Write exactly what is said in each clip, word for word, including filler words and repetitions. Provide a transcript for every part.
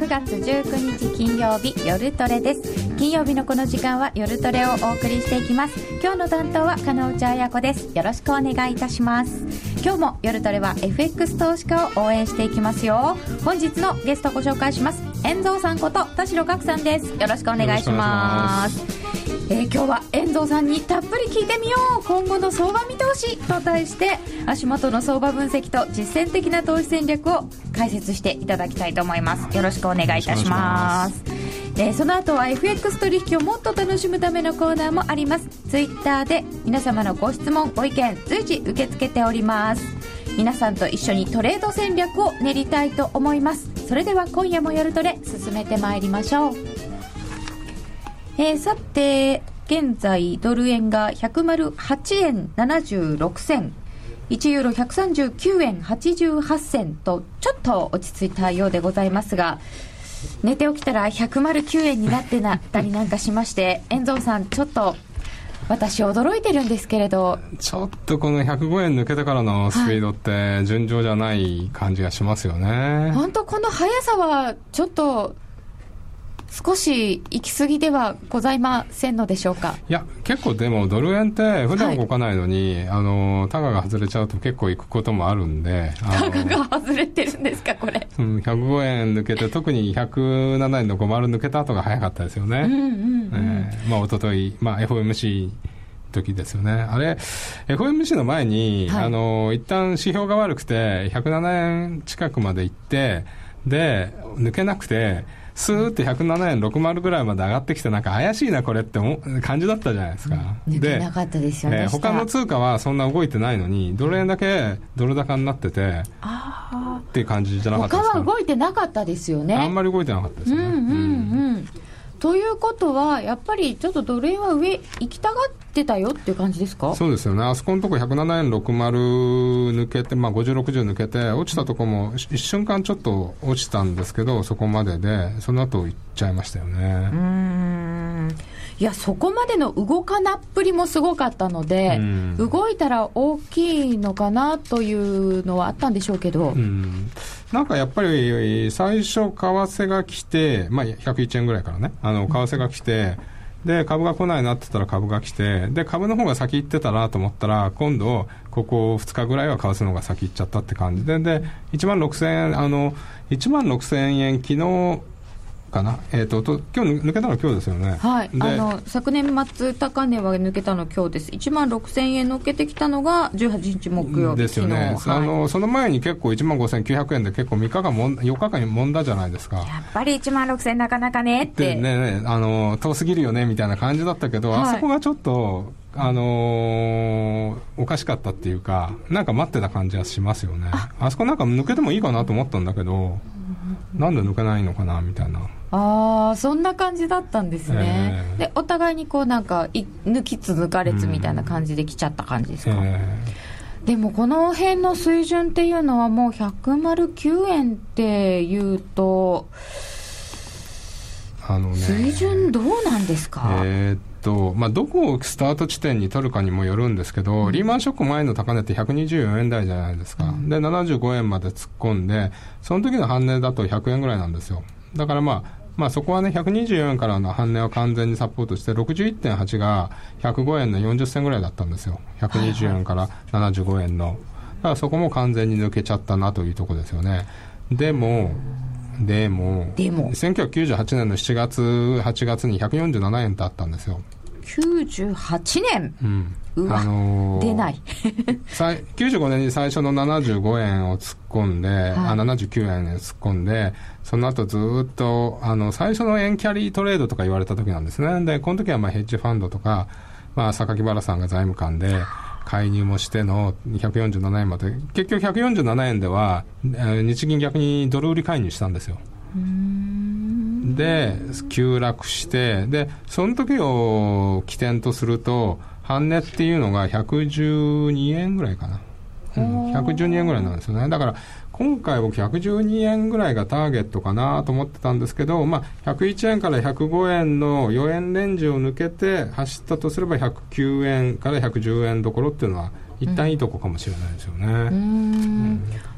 くがつじゅうくにち金曜日、夜トレです。金曜日のこの時間は夜トレをお送りしていきます。今日の担当は金内彩子です。よろしくお願いいたします。今日も夜トレは エフエックス 投資家を応援していきますよ。本日のゲストをご紹介します。遠藤さんこと田代岳さんです。よろしくお願いします。えー、今日は遠藤さんにたっぷり聞いてみよう、今後の相場見通しと題して足元の相場分析と実践的な投資戦略を解説していただきたいと思います。よろしくお願いいたします。えー、その後は エフエックス 取引をもっと楽しむためのコーナーもあります。ツイッターで皆様のご質問ご意見随時受け付けております。皆さんと一緒にトレード戦略を練りたいと思います。それでは今夜も夜トレ進めてまいりましょう。えー、さて現在ドル円がひゃくはちえんななじゅうろくせん、いちユーロひゃくさんじゅうきゅうえんはちじゅうはちせんとちょっと落ち着いたようでございますが、寝て起きたらひゃくきゅうえんになってなったりなんかしまして、遠藤さんちょっと私驚いてるんですけれど、 ちょっとこのひゃくごえん抜けてからのスピードって順調じゃない感じがしますよね。 本当この速さはちょっと少し行き過ぎではございませんのでしょうか。 いや結構でもドル円って普段動かないのに、はい、あのタガが外れちゃうと結構行くこともあるんで、 タガが外れてるんですかこれ、 うん、ひゃくごえん抜けて特にひゃくななえんのごじゅう抜けた後が早かったですよね。うんうんうん、えー、まあ一昨日、まあ、エフオーエムシー時ですよね。あれ エフオーエムシー の前に、はい、あの一旦指標が悪くてひゃくななえん近くまで行ってで抜けなくてスーッとひゃくななえんろくじゅうぐらいまで上がってきて、なんか怪しいなこれって感じだったじゃないですか、 うん、抜けなかったですよね。 で、えー、他の通貨はそんな動いてないのにドル円だけドル高になっててあっていう感じじゃなかったですか。 他は動いてなかったですよね。 あんまり動いてなかったですよね。うんうんうん、 うんということはやっぱりちょっとドル円は上行きたがってたよっていう感じですか。 そうですよね。あそこのとこひゃくななえんろくじゅう抜けて、まあ、ごじゅうろくじゅう抜けて落ちたとこも一瞬間ちょっと落ちたんですけど、そこまででその後行っちゃいましたよね。うーん、いやそこまでの動かなっぷりもすごかったので、動いたら大きいのかなというのはあったんでしょうけど、うんなんかやっぱり最初為替が来て、まあ、ひゃくいちえんぐらいからね、あの為替が来て、で株が来ないなって言ったら株が来て、で株の方が先行ってたなと思ったら今度ここふつかぐらいは為替の方が先行っちゃったって感じで、でいちまんろくせんえん、あのいちまんろくせんえん昨日かな、えー、とと今日抜けたの今日ですよね。 はい、あの昨年末高値は抜けたの今日です。いちまんろくせんえん抜けてきたのがじゅうはちにち木曜日ですよね。はい、あのその前に結構いちまんごせんきゅうひゃくえんで結構みっかかんもんよっかかんにもんだじゃないですか。 やっぱりいちまんろくせんなかなかねってでね、あの遠すぎるよねみたいな感じだったけど、はい、あそこがちょっとあのー、おかしかったっていうか、なんか待ってた感じはしますよね。 あ, あそこなんか抜けてもいいかなと思ったんだけど、なんで抜けないのかなみたいな。 ああ、そんな感じだったんですね。えー、でお互いにこうなんかい抜きつ抜かれつみたいな感じで来ちゃった感じですか。えー、でもこの辺の水準っていうのはもうひゃくきゅうえんっていうとあの、ね、水準どうなんですか。 えーとまあ、どこをスタート地点に取るかにもよるんですけど、うん、リーマンショック前の高値ってひゃくにじゅうよえん台じゃないですか。うん、でななじゅうごえんまで突っ込んで、その時の半値だとひゃくえんぐらいなんですよ。だからまあまあ、そこはねひゃくにじゅうよえんからの半値を完全にサポートして ろくじゅういってんはち がひゃくごえんのよんじゅっせんぐらいだったんですよ。ひゃくにじゅうえんからななじゅうごえんの、だからそこも完全に抜けちゃったなというところですよね。でもでもでもせんきゅうひゃくきゅうじゅうはちねんのしちがつはちがつにひゃくよんじゅうななえんってあったんですよ。 きゅうじゅうはちねん、うん、うわ、 あのー、 出ないきゅうじゅうごねんに最初のななじゅうごえんを突っ込んで、はい、あななじゅうきゅうえんに突っ込んで、その後ずっとあの最初の円キャリートレードとか言われた時なんですね。でこの時はまあヘッジファンドとか、まあ、榊原さんが財務官で介入もしてのひゃくよんじゅうななえんまで、結局ひゃくよんじゅうななえんでは日銀逆にドル売り介入したんですよ。うーんで急落して、でその時を起点とすると半値っていうのがひゃくじゅうにえんぐらいかな、うん、ひゃくじゅうにえんぐらいなんですよね。だから今回僕ひゃくじゅうにえんぐらいがターゲットかなと思ってたんですけど、まあ、ひゃくいちえんからひゃくごえんのよえんレンジを抜けて走ったとすればひゃくきゅうえんからひゃくじゅうえんどころっていうのは一旦いいとこかもしれないですよね。うん、うん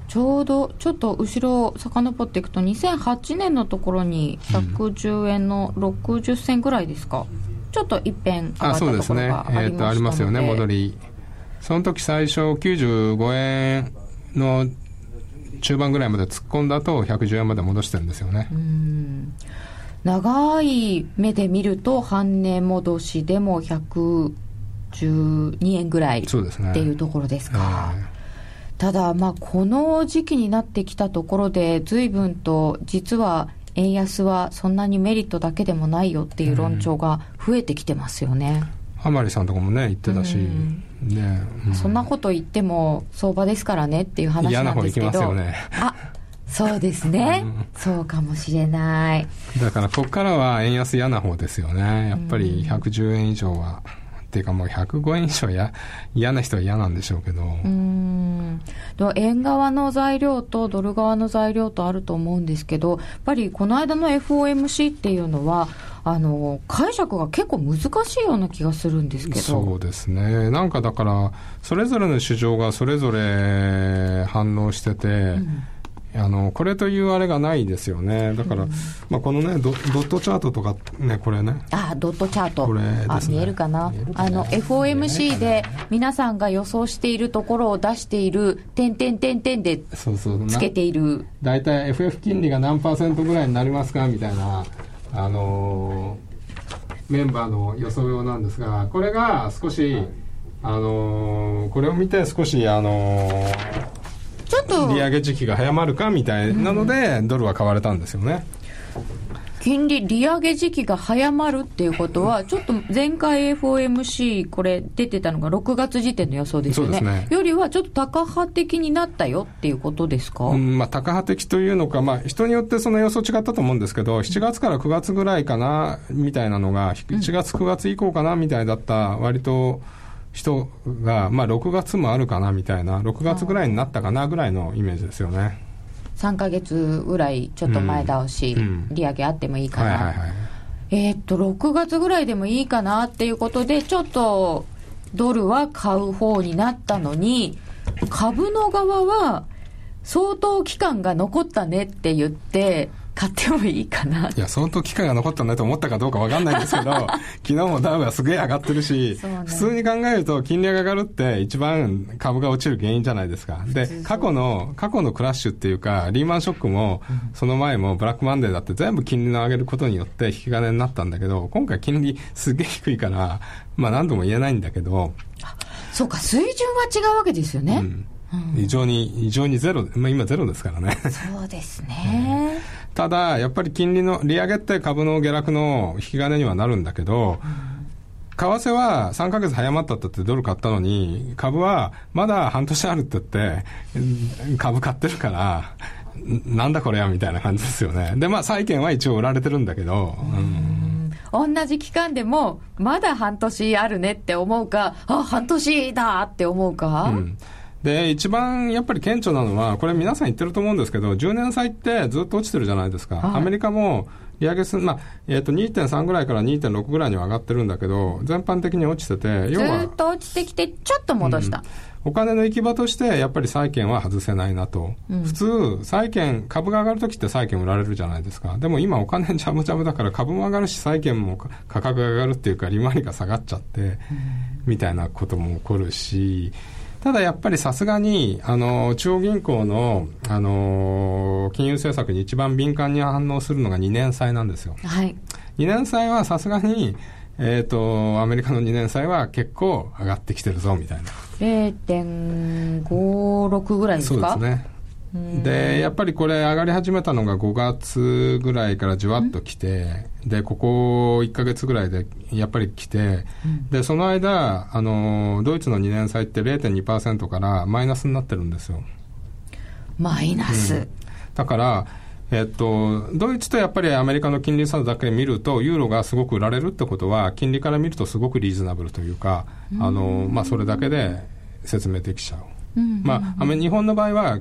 ちょうどちょっと後ろ遡っていくとにせんはちねんのところにひゃくじゅうえんのろくじゅっ銭ぐらいですか、うん、ちょっと一変上がったところがありましたので、 あ、そうですね、えー、とありますよね、戻り。その時最初きゅうじゅうごえんの中盤ぐらいまで突っ込んだとひゃくじゅうえんまで戻してるんですよね。 うーん、長い目で見ると半値戻しでもひゃくじゅうにえんぐらいっていうところですか。えー、ただ、まあ、この時期になってきたところで随分と実は円安はそんなにメリットだけでもないよっていう論調が増えてきてますよね。 浜里さんとかもね言ってたし、うんね、 うん、そんなこと言っても相場ですからねっていう話なんですけど、 嫌な方行きますよね。 あ、そうですね、うん、そうかもしれない。 だからここからは円安嫌な方ですよね。やっぱりひゃくじゅうえん以上は、うん、っていうかもうひゃくごえん以上や嫌な人は嫌なんでしょうけど、うーん、円側の材料とドル側の材料とあると思うんですけど、やっぱりこの間の エフオーエムシー っていうのはあの解釈が結構難しいような気がするんですけど。 そうですね、なんかだからそれぞれの市場がそれぞれ反応してて、うん、あのこれというあれがないですよね。だから、うん、まあ、このね ド, ドットチャートとかね、これね、 あ、ドットチャート、 これですね、 あ、見えるかな、あの エフオーエムシー で皆さんが予想しているところを出している点点点点でつけている、 だいたい エフエフ 金利が何パーセントぐらいになりますかみたいな、あのー、メンバーの予想用なんですが、これが少し、あのー、これを見て少し、あのーちょっと利上げ時期が早まるかみたいなので、うん、ドルは買われたんですよね。 金利利上げ時期が早まるっていうことは、ちょっと前回 エフオーエムシー これ出てたのがろくがつ時点の予想ですよ ね, ねよりはちょっと高派的になったよっていうことですか。 うん、まあ、高派的というのか、まあ、人によってその予想違ったと思うんですけど、しちがつからくがつぐらいかなみたいなのが、いちがつくがつ以降かなみたいだった割と人が、まあ、ろくがつもあるかなみたいな、ろくがつぐらいになったかなぐらいのイメージですよね。 さんかげつぐらいちょっと前倒し、うん、利上げあってもいいかな、はいはいはい、えー、っとろくがつぐらいでもいいかなっていうことでちょっとドルは買う方になったのに、株の側は相当期間が残ったねって言って買ってもいいかな。 いや、相当期間が残ったねと思ったかどうか分かんないんですけど昨日もダウはすげえ上がってるし、ね、普通に考えると金利が上がるって一番株が落ちる原因じゃないですか。で、過去の過去のクラッシュっていうかリーマンショックも、うん、その前もブラックマンデーだって全部金利の上げることによって引き金になったんだけど、今回金利すげえ低いからまあ何度も言えないんだけど、 あ、そうか、水準は違うわけですよね、うんうん、異常に異常にゼロ、まあ、今ゼロですからね。 そうですね、 うん、ただやっぱり金利の利上げって株の下落の引き金にはなるんだけど、うん、為替はさんかげつ早まったって言ってドル買ったのに、株はまだ半年あるって言って株買ってるからなんだこれやみたいな感じですよね。で、まあ債券は一応売られてるんだけど、 うん、同じ期間でもまだ半年あるねって思うか、あ、半年だって思うか、うん、 で一番やっぱり顕著なのは、これ皆さん言ってると思うんですけど、じゅうねん債ってずっと落ちてるじゃないですか、はい、アメリカも利上げす、まあえー、と にてんさん ぐらいから にてんろく ぐらいには上がってるんだけど、全般的に落ちてて、 要はずっと落ちてきてちょっと戻した、 うん、お金の行き場としてやっぱり債券は外せないなと、うん、普通債券、株が上がるときって債券売られるじゃないですか。でも今お金ジャブジャブだから株も上がるし債券も価格が上がるっていうか利回りが下がっちゃって、うん、みたいなことも起こるし、ただやっぱりさすがにあの中央銀行の、あの金融政策に一番敏感に反応するのがにねん債なんですよ、 はい、 にねん債はさすがに、えーと、アメリカのにねん債は結構上がってきてるぞみたいなれいてんごろく ぐらいですか。 そうですね。でやっぱりこれ上がり始めたのがごがつぐらいからじわっと来て、でここいっかげつぐらいでやっぱり来て、でその間あのドイツのにねん債って れいてんにパーセント からマイナスになってるんですよ。 マイナス、うん、だからえっと、ドイツとやっぱりアメリカの金利差だけ見るとユーロがすごく売られるってことは、金利から見るとすごくリーズナブルというか、あの、まあ、それだけで説明できちゃう、うんうんうん、まあ、日本の場合は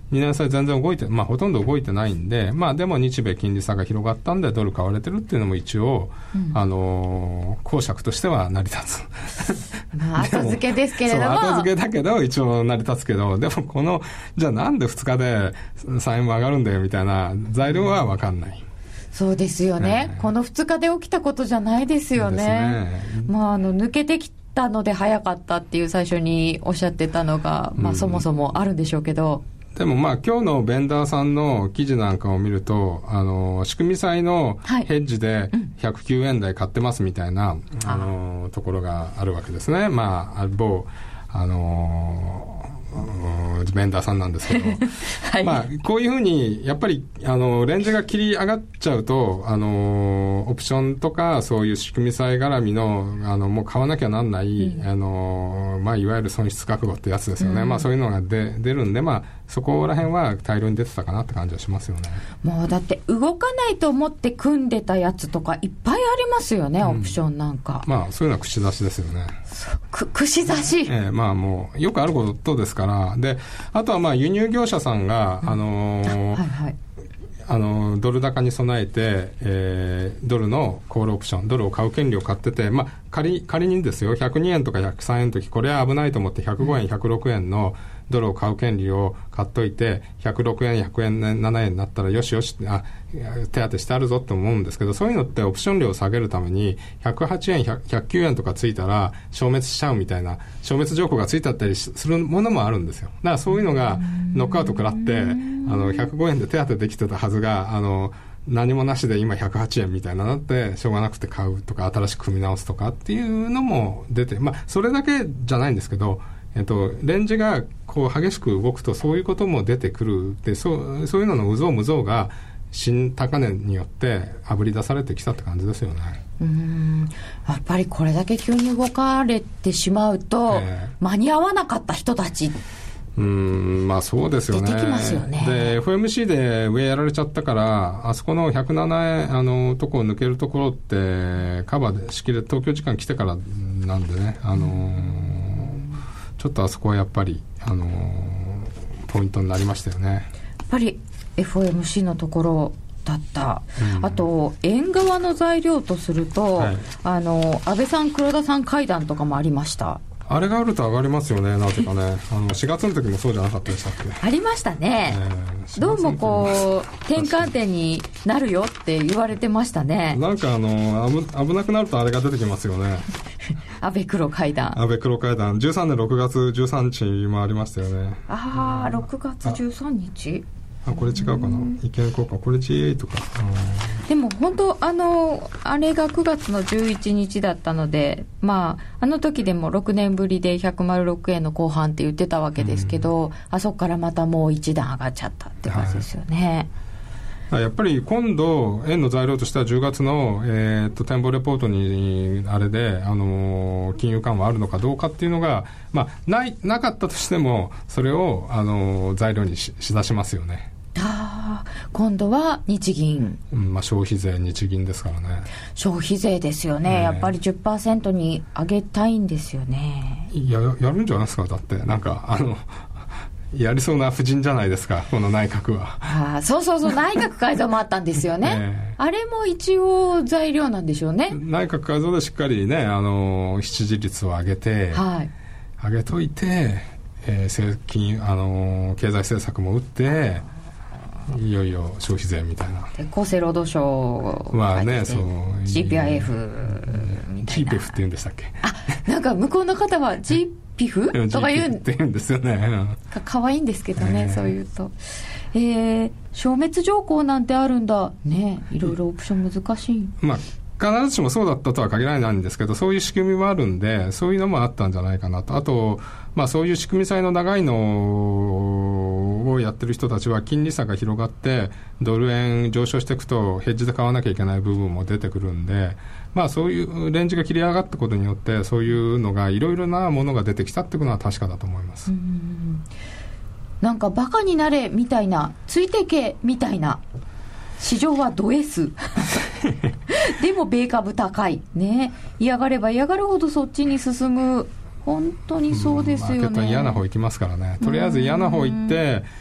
にねん債全然動いて、まあ、ほとんど動いてないんで、まあ、でも日米金利差が広がったんでドル買われてるっていうのも一応、うん、あのー、公爵としては成り立つまあ、後付けですけれどもそう後付けだけど一応成り立つけど、でもこのじゃあなんでふつかでさんえんも上がるんだよみたいな材料は分かんない。 そうですよね、えー、このふつかで起きたことじゃないですよ ね, ね、まあ、あの抜けてきたので早かったっていう最初におっしゃってたのが、まあ、そもそもあるんでしょうけど、 うん、でもまあ今日のベンダーさんの記事なんかを見ると、あの仕組み債のヘッジでひゃくきゅうえん台買ってますみたいな、はい、あのところがあるわけですね。まあ某あのベンダーさんなんですけど、はい、まあ、こういうふうにやっぱりあのレンジが切り上がっちゃうと、あのオプションとかそういう仕組み債絡み の, あのもう買わなきゃなんない、うん、あのまあ、いわゆる損失覚悟ってやつですよね、うん、まあ、そういうのがで出るんで、まあ、そこら辺は大量に出てたかなって感じはしますよね。 もうだって動かないと思って組んでたやつとかいっぱいありますよね、うん、オプションなんか。 まあ、そういうのは口出しですよね。 く串刺し、 えー、まあもうよくあることですから。であとはまあ輸入業者さんが、うん、あのーはいはい、あのドル高に備えて、えー、ドルのコールオプション、ドルを買う権利を買ってて、まあ、仮, 仮にですよひゃくにえんとかひゃくさんえんの時これは危ないと思ってひゃくごえん、うん、ひゃくろくえんのドルを買う権利を買っといてひゃくろくえんひゃくえんななえんになったらよしよしあ手当てしてあるぞと思うんですけど、そういうのってオプション料を下げるためにひゃくはちえんひゃくきゅうえんとかついたら消滅しちゃうみたいな消滅条項がついてあったりするものもあるんですよ。だからそういうのがノックアウト食らってあのひゃくごえんで手当てできてたはずがあの何もなしで今ひゃくはちえんみたいなのってしょうがなくて買うとか新しく組み直すとかっていうのも出て、まあそれだけじゃないんですけど、えっと、レンジがこう激しく動くとそういうことも出てくるで、そう、そういうのの有象無象が新高値によってあぶり出されてきたって感じですよね。 うーん、やっぱりこれだけ急に動かれてしまうと、えー、間に合わなかった人たちうーん、まあそうですよね。 出てきますよね。 で エフオーエムシー で上やられちゃったからあそこのひゃくななえんあのとこを抜けるところってカバーで仕切れ東京時間来てからなんでね、あのーちょっとあそこはやっぱり、あのー、ポイントになりましたよね。やっぱり エフオーエムシー のところだった、うん、あと円側の材料とすると、はい、あの安倍さん黒田さん会談とかもありました。 あれがあると上がりますよね。なぜかねあのしがつの時もそうじゃなかったでしたっけ。 ありましたね、えー、どうもこう転換点になるよって言われてましたね。 なんかあの 危, 危なくなるとあれが出てきますよね安倍黒会談安倍黒会談じゅうさんねんろくがつじゅうさんにちもありましたよね。 ああろくがつじゅうさんにちあこれ違うかな、意見交換これ ジーエー とか。 でも本当あのあれがくがつのじゅういちにちだったので、まああの時でもろくねんぶりでひゃくろくえんの後半って言ってたわけですけど、うん、あそこからまたもう一段上がっちゃったって感じですよね。 はい、やっぱり今度円の材料としてはじゅうがつの、えー、と展望レポートにあれで、あのー、金融緩和あるのかどうかっていうのが、まあ、ないなかったとしてもそれを、あのー、材料に し, しだしますよね。 あ今度は日銀、 うんまあ、消費税日銀ですからね。 消費税ですよね、えー、やっぱり じゅっパーセント に上げたいんですよね。 いややるんじゃないですか。だってなんかあのやりそうな布陣じゃないですかこの内閣は。 あそうそうそう内閣改造もあったんですよね、えー、あれも一応材料なんでしょうね。 内閣改造でしっかりねあの支持率を上げて、はい、上げといて、えー、金あの経済政策も打っていよいよ消費税みたいな。 で厚生労働省まあねそうジーピーアイエフ みたいなジーピーエフ って言うんでしたっけ。 あなんか向こうの方は ジーピーエフ とか言うって言うんですよね。 か, かわいいんですけどね、えー、そう言うと、えー、消滅条項なんてあるんだね。いろいろオプション難しい。 まあ必ずしもそうだったとは限らないんですけどそういう仕組みもあるんでそういうのもあったんじゃないかなと。あと、まあ、そういう仕組み債の長いのをやってる人たちは金利差が広がってドル円上昇していくとヘッジで買わなきゃいけない部分も出てくるんで、まあ、そういうレンジが切り上がったことによってそういうのがいろいろなものが出てきたっていうのは確かだと思います。 うんなんかバカになれみたいなついてけみたいな市場はド S でも米株高いね。嫌がれば嫌がるほどそっちに進む。本当にそうですよね。 マーケットは嫌な方行きますからね。とりあえず嫌な方行って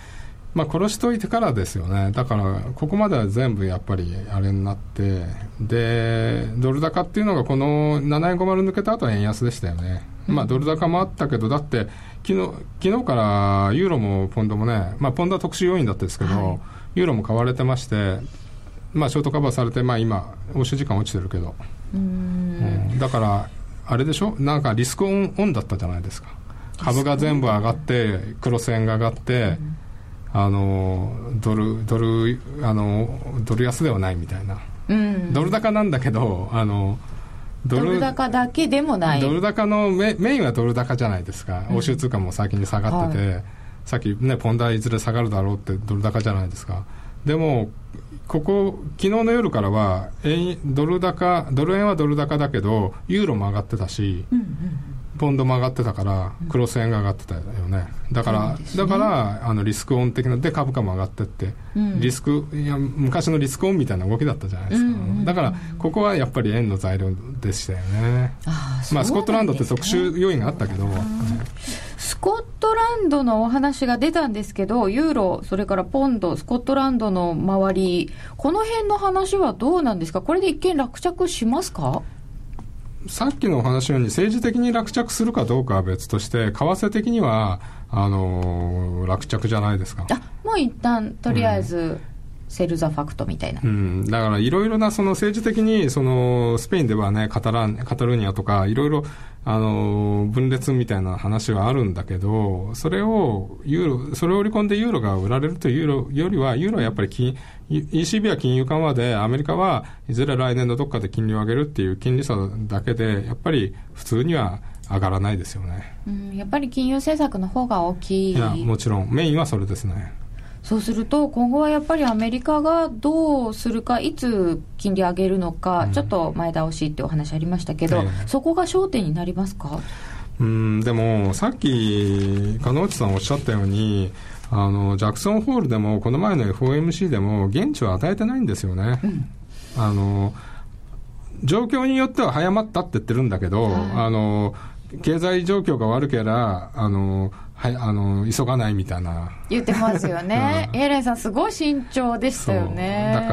まあ、殺しといてからですよね。だからここまでは全部やっぱりあれになって、でドル高っていうのがこのななえんごじゅう抜けた後は円安でしたよね、うん、まあ、ドル高もあったけど、だって昨日、昨日からユーロもポンドもね、まあ、ポンドは特殊要因だったんですけど、はい、ユーロも買われてまして、まあ、ショートカバーされて、まあ、今欧州時間落ちてるけど、うーん、うん、だからあれでしょ、なんかリスクオン、オンだったじゃないですか。株が全部上がってクロス円が上がって、うん、あのドルドルあのドル安ではないみたいな、うん、ドル高なんだけど、あのドル、ドル高だけでもない、 ドル高の メ, メインはドル高じゃないですか、うん、欧州通貨も先に下がってて、はい、さっきねポンドはいずれ下がるだろうってドル高じゃないですか。でもここ昨日の夜からは円ドル高ドル円はドル高だけどユーロも上がってたし、うんうん、ポンドも上がってたからクロス円が上がってたよね。だから、ね、だからあのリスクオン的なで株価も上がってって、うん、リスクいや昔のリスクオンみたいな動きだったじゃないですか、うんうんうん、だからここはやっぱり円の材料でしたよね。あ、まあ、スコットランドって特殊要因があったけど、ね、 スコットランドのお話が出たんですけど、ユーロそれからポンドスコットランドの周り、この辺の話はどうなんですか。これで一見落着しますか。 さっきのお話のように政治的に落着するかどうかは別として、為替的にはあのー、落着じゃないですか。 あ、もう一旦とりあえず、うん、セルザファクトみたいな、 うん、だからいろいろなその政治的にそのスペインではねカタランカタルーニャとかいろいろあの分裂みたいな話はあるんだけど、それをユーロそれを織り込んでユーロが売られるというよりは、ユーロはやっぱり金 イーシービー は金融緩和で、アメリカはいずれ来年のどっかで金利を上げるっていう金利差だけでやっぱり普通には上がらないですよね、 うん、やっぱり金融政策の方が大きい。 いやもちろんメインはそれですね。 そうすると今後はやっぱりアメリカがどうするか、いつ金利上げるのか、うん、ちょっと前倒しってお話ありましたけど、えー、そこが焦点になりますか。 うん、でもさっき鹿内さんおっしゃったように、あのジャクソンホールでもこの前の エフオーエムシー でも現地を与えてないんですよね、うん、あの状況によっては早まったって言ってるんだけど、はい、あの経済状況が悪ければあのはい、あの急がないみたいな言ってますよね、うん、エレンさんすごい慎重でしたよね。 だから、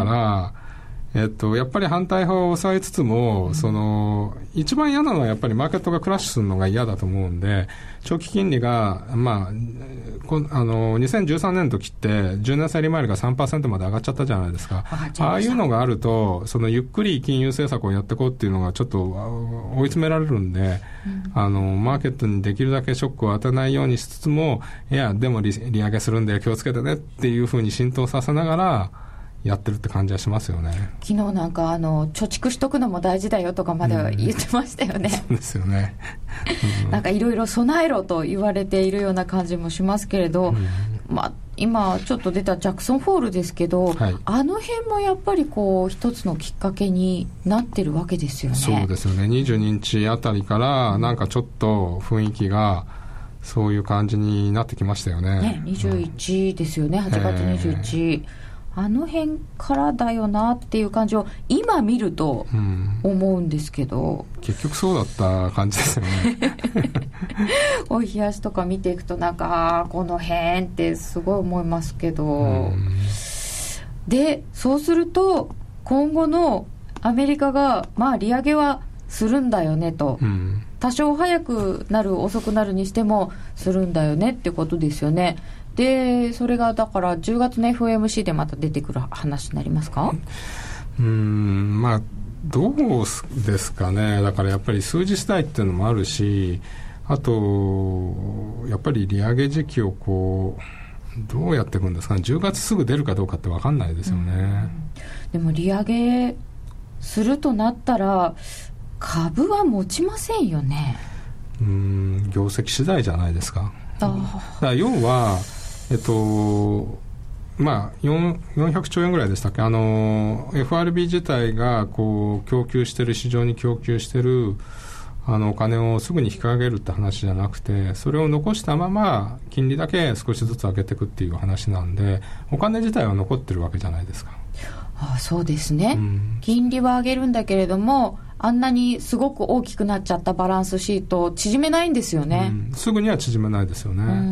えっと、やっぱり反対派を抑えつつも、うん、その一番嫌なのはやっぱりマーケットがクラッシュするのが嫌だと思うんで、長期金利が、まあ、こあのにせんじゅうさんねんの時ってじゅうねん債利回りが さんパーセント まで上がっちゃったじゃないですか。ああいうのがあるとそのゆっくり金融政策をやっていこうっていうのがちょっと追い詰められるんで、うん、あのマーケットにできるだけショックを与えないようにしつつも、いやでも 利, 利上げするんで気をつけてねっていうふうに浸透させながらやってるって感じはしますよね。 昨日なんかあの貯蓄しとくのも大事だよとかまでは言ってましたよね、うん、 そうですよね、 うん、なんかいろいろ備えろと言われているような感じもしますけれど、うん、まあ、今ちょっと出たジャクソンホールですけど、はい、あの辺もやっぱりこう一つのきっかけになってるわけですよね。 そうですよね。にじゅうににちあたりからなんかちょっと雰囲気がそういう感じになってきましたよね。 ね、にじゅういちですよね、はちがつにじゅういち、あの辺からだよなっていう感じを今見ると思うんですけど、 うん、結局そうだった感じですよねお冷やしとか見ていくとなんかこの辺ってすごい思いますけど、うん、でそうすると今後のアメリカがまあ利上げはするんだよねと、うん、多少早くなる遅くなるにしてもするんだよねってことですよね。でそれがだからじゅうがつの エフオーエムシー でまた出てくる話になりますか。 うーん、まあどうですかね。だからやっぱり数字次第っていうのもあるし、あとやっぱり利上げ時期をこうどうやっていくんですかね。じゅうがつすぐ出るかどうかって分かんないですよね、うん、 でも利上げするとなったら株は持ちませんよね。 うーん、業績次第じゃないですか。あ、だから要はえっとまあ、よんひゃくちょうえんぐらいでしたっけ、あの エフアールビー 自体がこう供給してる市場に供給してるあのお金をすぐに引き上げるって話じゃなくて、それを残したまま金利だけ少しずつ上げていくっていう話なんで、お金自体は残ってるわけじゃないですか。 ああ、そうですね、うん、金利は上げるんだけれどもあんなにすごく大きくなっちゃったバランスシートを縮めないんですよね、 うん、すぐには縮めないですよね、うん、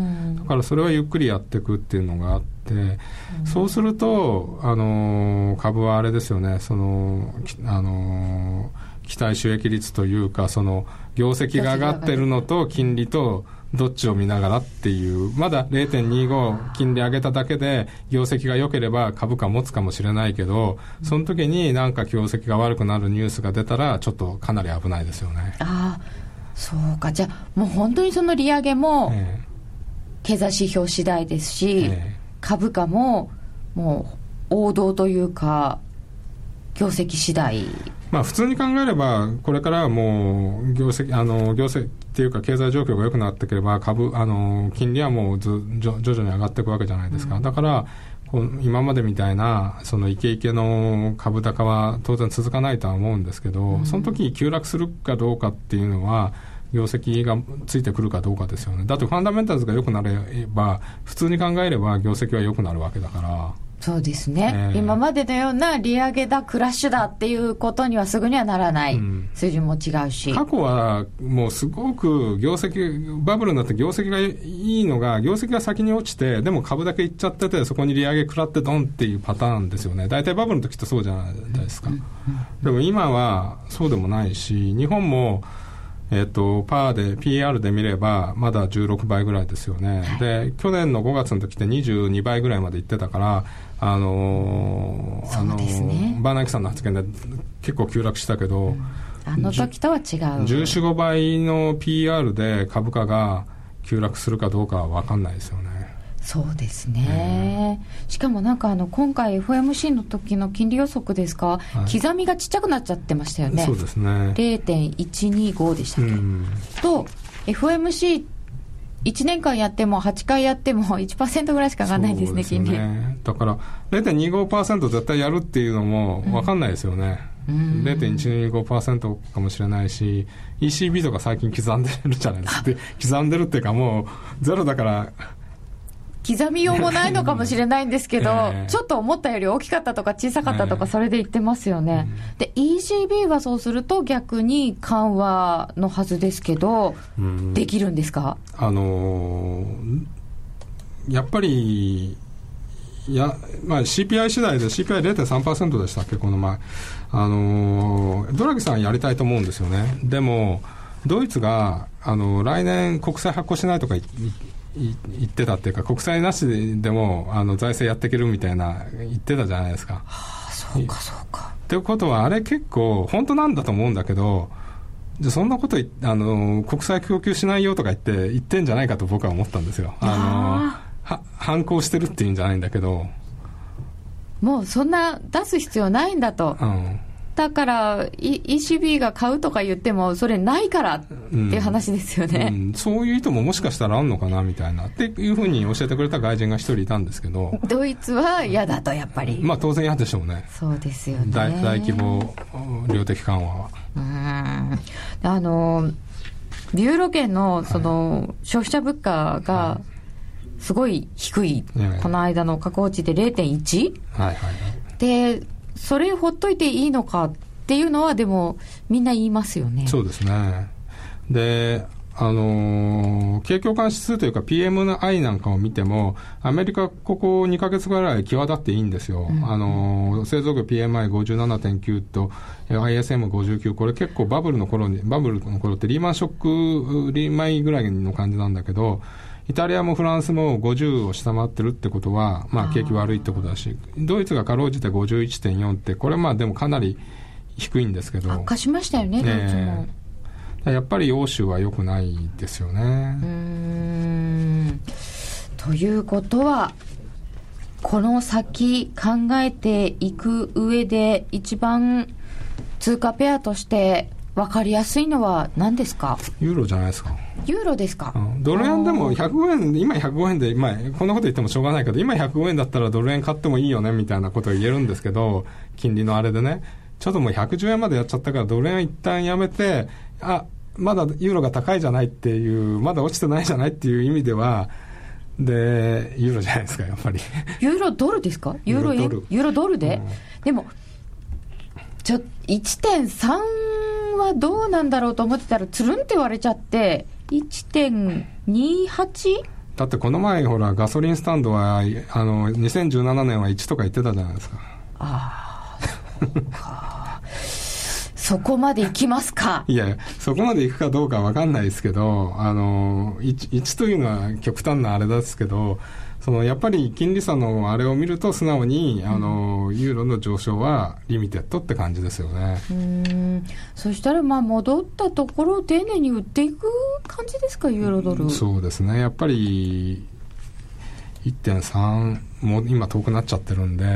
だからそれはゆっくりやっていくっていうのがあって、うん、そうすると、あのー、株はあれですよね、その、あのー、期待収益率というか、その業績が上がってるのと金利とどっちを見ながらっていう、まだ ゼロてんにじゅうご 金利上げただけで業績が良ければ株価持つかもしれないけど、その時になんか業績が悪くなるニュースが出たらちょっとかなり危ないですよね。 ああ、そうか。じゃあもう本当にその利上げも経済指標次第ですし、ええ、株価ももう王道というか業績次第。 まあ、普通に考えればこれからはもう業績あの業績っていうか経済状況が良くなってくれば株あの金利はもうず徐々に上がっていくわけじゃないですか、うん、だからこう今までみたいなそのイケイケの株高は当然続かないとは思うんですけど、うん、その時急落するかどうかっていうのは業績がついてくるかどうかですよね。だってファンダメンタルズが良くなれば普通に考えれば業績は良くなるわけだから。 そうですね、えー、今までのような利上げだクラッシュだっていうことにはすぐにはならない、うん、水準も違うし、 過去はもうすごく業績バブルになって業績がいいのが業績が先に落ちてでも株だけいっちゃっててそこに利上げ食らってドンっていうパターンですよね。大体バブルの時ってそうじゃないですか、うんうん、でも今はそうでもないし日本もえー、とパーで ピーアール で見ればまだじゅうろくばいぐらいですよね。で去年のごがつの時ってにじゅうにばいぐらいまで行ってたから、あのーそうですね、 あのー、バーナンキさんの発言で結構急落したけど、うん、 あの時とは違う。 じゅうよん、ごばいの ピーアール で株価が急落するかどうかは分かんないですよね。 そうですね、うん、しかもなんかあの今回 エフオーエムシー の時の金利予測ですか、はい、刻みがちっちゃくなっちゃってましたよね。 そうですね、 ゼロてんいちにご でしたっけ、うん、と エフオーエムシーいちねんかんやってもはちかいやっても いちパーセント ぐらいしか上がらないんですね、金利。 だから ゼロてんにじゅうごパーセント 絶対やるっていうのも分かんないですよね、うん、ゼロてんいちにごパーセント かもしれないし イーシービー とか最近刻んでるじゃないですか。で刻んでるっていうかもうゼロだから刻みようもないのかもしれないんですけど、えー、ちょっと思ったより大きかったとか小さかったとかそれで言ってますよね、えー、で イーシービー はそうすると逆に緩和のはずですけど、うん、できるんですか？ あのー、やっぱりや、まあ、シーピーアイ 次第で シーピーアイゼロてんさんパーセント でしたっけこの前、あのー、ドラギさんやりたいと思うんですよね。でもドイツが、あのー、来年国債発行しないとか言ってたっていうか国債なしでもあの財政やっていけるみたいな言ってたじゃないですか、 はあ、そうかそうか。 っていうことはあれ結構本当なんだと思うんだけど、じゃそんなことあの国債供給しないよとか言って言ってんじゃないかと僕は思ったんですよ。あのは反抗してるっていうんじゃないんだけど、 もうそんな出す必要ないんだと、うん、だから イーシービー が買うとか言ってもそれないからっていう話ですよね、 うんうん、そういう意図ももしかしたらあるのかなみたいなっていうふうに教えてくれた外人が一人いたんですけど、 ドイツは嫌だとやっぱり、 まあ、当然嫌でしょうね。 そうですよね、 大, 大規模量的緩和は。 うーんあのユーロ圏のその、はい、消費者物価がすごい低い、はい、この間の確保値で ゼロてんいち、はいはいはい、でそれほっといていいのかっていうのはでもみんな言いますよね。 そうですね。であのー、景況感指数というか ピーエムアイ なんかを見てもアメリカここにかげつぐらい際立っていいんですよ、うん、あのー、製造業 ピーエムアイごじゅうななてんきゅう と アイエスエムごじゅうきゅう、これ結構バブルの頃にバブルの頃ってリーマンショックリーマンぐらいの感じなんだけど、イタリアもフランスもごじゅうを下回ってるってことは、まあ、景気悪いってことだし、ドイツがかろうじて ごじゅういってんよん ってこれまあでもかなり低いんですけど、 悪化しましたよね、ドイツも。 やっぱり欧州は良くないですよね。うーんということはこの先考えていく上で一番通貨ペアとして分かりやすいのは何ですか？ ユーロじゃないですか。 ユーロですか、 うん、ドル円でもひゃくごえん、今ひゃくごえんで、まあ、こんなこと言ってもしょうがないけど今ひゃくごえんだったらドル円買ってもいいよねみたいなことを言えるんですけど、金利のあれでね、ちょっともうひゃくじゅうえんまでやっちゃったからドル円一旦やめて、あまだユーロが高いじゃないっていう、まだ落ちてないじゃないっていう意味ではでユーロじゃないですかやっぱり。 ユーロドルですか？ユーロ円ユーロドル、ユーロドルで、うん、でもちょ いってんさん はどうなんだろうと思ってたらつるんって言われちゃって いってんにはちだってこの前ほらガソリンスタンドはあのにせんじゅうななねんはいちとか言ってたじゃないですか。 ああ、そうかそこまで行きますか。 いやいや、そこまで行くかどうかは分かんないですけど、あの 1, いちというのは極端なあれですけど、そのやっぱり金利差のあれを見ると素直にあの、うん、ユーロの上昇はリミテッドって感じですよね。 うーん、そしたらまあ戻ったところを丁寧に売っていく感じですか、ユーロドル。 そうですね、やっぱり いってんさん もう今遠くなっちゃってるんで、うん、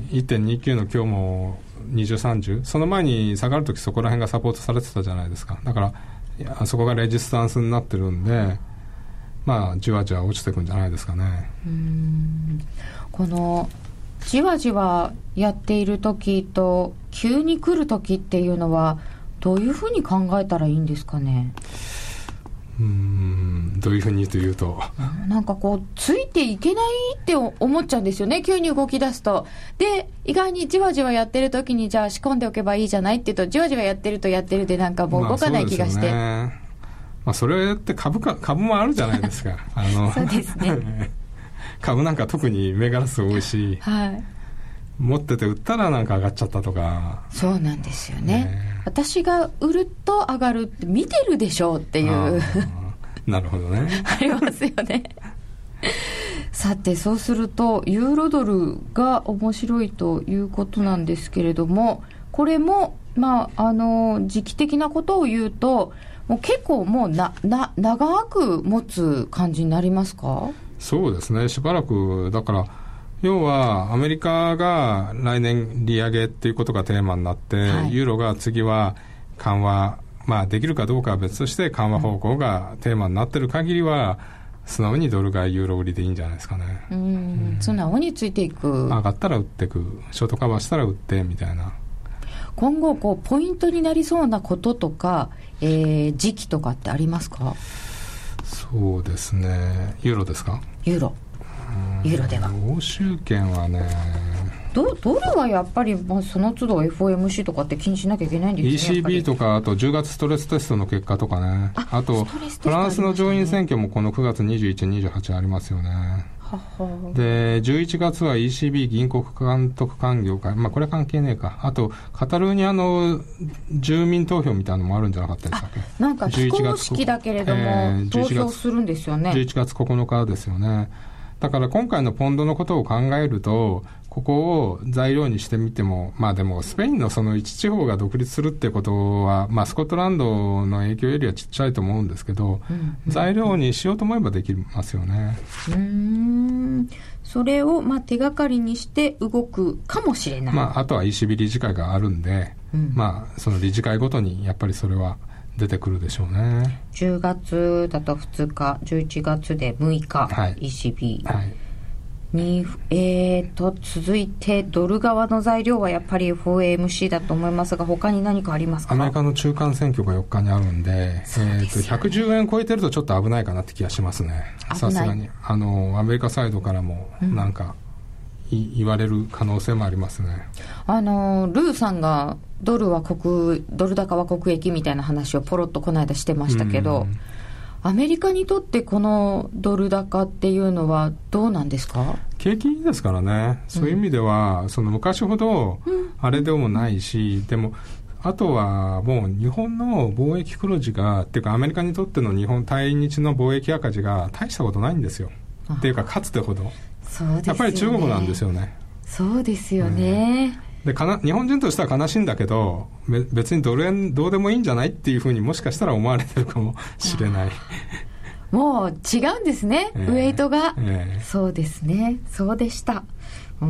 いってんにきゅう の今日もにじゅう、さんじゅう、その前に下がるときそこら辺がサポートされてたじゃないですか。だからいやそこがレジスタンスになってるんで、まあじわじわ落ちていくんじゃないですかね。 うーん、このじわじわやっているときと急に来るときっていうのはどういうふうに考えたらいいんですかね。 うーん、どういうふうにというと、 なんかこうついていけないって思っちゃうんですよね、急に動き出すと。で意外にじわじわやってる時にじゃあ仕込んでおけばいいじゃないって言うと、じわじわやってるとやってるでなんかもう動かない気がして、 まあ、そうですよね。まあ、それって株か株もあるじゃないですかあのそうですね株なんか特に銘柄数多いし、 はい、 持ってて売ったらなんか上がっちゃったとか。 そうなんですよね、 ね、 私が売ると上がるって見てるでしょうっていうなるほどねありますよねさてそうするとユーロドルが面白いということなんですけれども、これもまああの時期的なことを言うともう結構もうなな長く持つ感じになりますか。 そうですね、しばらくだから要はアメリカが来年利上げっていうことがテーマになって、はい、ユーロが次は緩和、まあできるかどうかは別として緩和方向がテーマになってる限りは、うん、素直にドル買いユーロ売りでいいんじゃないですかね。 うん、うん、素直についていく、 上がったら売っていく、ショートカバーしたら売ってみたいな。 今後こうポイントになりそうなこととか、えー、時期とかってありますか。 そうですね、ユーロですか。 ユーロユーロでは欧州圏はね、 ド, ドルはやっぱり、まあ、その都度 エフオーエムシー とかって気にしなきゃいけないんですね。 イーシービー とか、あとじゅうがつストレステストの結果とかね、 あ, あとフランスの上院選挙もこのくがつにじゅういち、にじゅうはちありますよね。ははでじゅういちがつは イーシービー 銀行監督官業会、まあこれ関係ねえか。あとカタルーニャの住民投票みたいなのもあるんじゃなかったでしたっけ。 なんか非公式だけれども、えー、投票するんですよね。 じゅういちがつここのかですよね。だから今回のポンドのことを考えると、ここを材料にしてみても、まあでもスペインのその一地方が独立するってことは、まあスコットランドの影響よりはちっちゃいと思うんですけど、うんうん、材料にしようと思えばできますよね。 うーん、それをまあ手がかりにして動くかもしれない。 まああとは イーシービー 理事会があるんで、うん、まあその理事会ごとにやっぱりそれは出てくるでしょうね。 じゅうがつだとふつか、じゅういちがつでむいか、はい、イーシービー、はいにえー、と続いてドル側の材料はやっぱり エフオーエムシー だと思いますが、他に何かありますか。 アメリカの中間選挙がよっかにあるん で, で、ね、えー、とひゃくじゅうえん超えてるとちょっと危ないかなって気がしますね。さすがにあのアメリカサイドからもなんか、うん、言われる可能性もありますね。 あのルーさんがドルは国ドル高は国益みたいな話をポロッとこの間してましたけど、アメリカにとってこのドル高っていうのはどうなんですか。 景気いいですからね、そういう意味では、うん、その昔ほどあれでもないし、うん、でもあとはもう日本の貿易黒字がっていうかアメリカにとっての日本対日の貿易赤字が大したことないんですよ。っていうかかつてほどそうですよね、 やっぱり中国なんですよね。 そうですよね、 うん、でかな日本人としては悲しいんだけど、別にドル円どうでもいいんじゃないっていうふうにもしかしたら思われてるかもしれない。 もう違うんですね、えー、ウェイトが、えー、そうですね、そうでした。うん、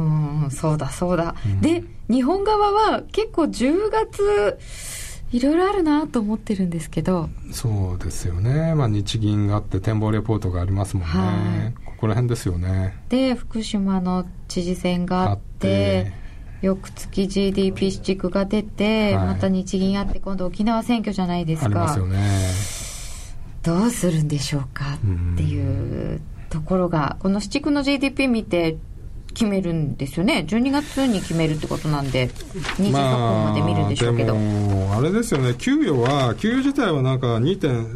そうだそうだ、うん、で日本側は結構じゅうがついろいろあるなと思ってるんですけど。 そうですよね、まあ、日銀があって展望レポートがありますもんね、はい、ここら辺ですよね。 で福島の知事選があって翌月 ジーディーピー 指蓄が出て、はい、また日銀あって今度沖縄選挙じゃないですか。 ありますよね。 どうするんでしょうかっていうところが、この指蓄の ジーディーピー 見て決めるんですよね。じゅうにがつに決めるってことなんでにじゅうはちほんまで見るんでしょうけど、 まあ、でもあれですよね、給与は給与自体はなんか にてん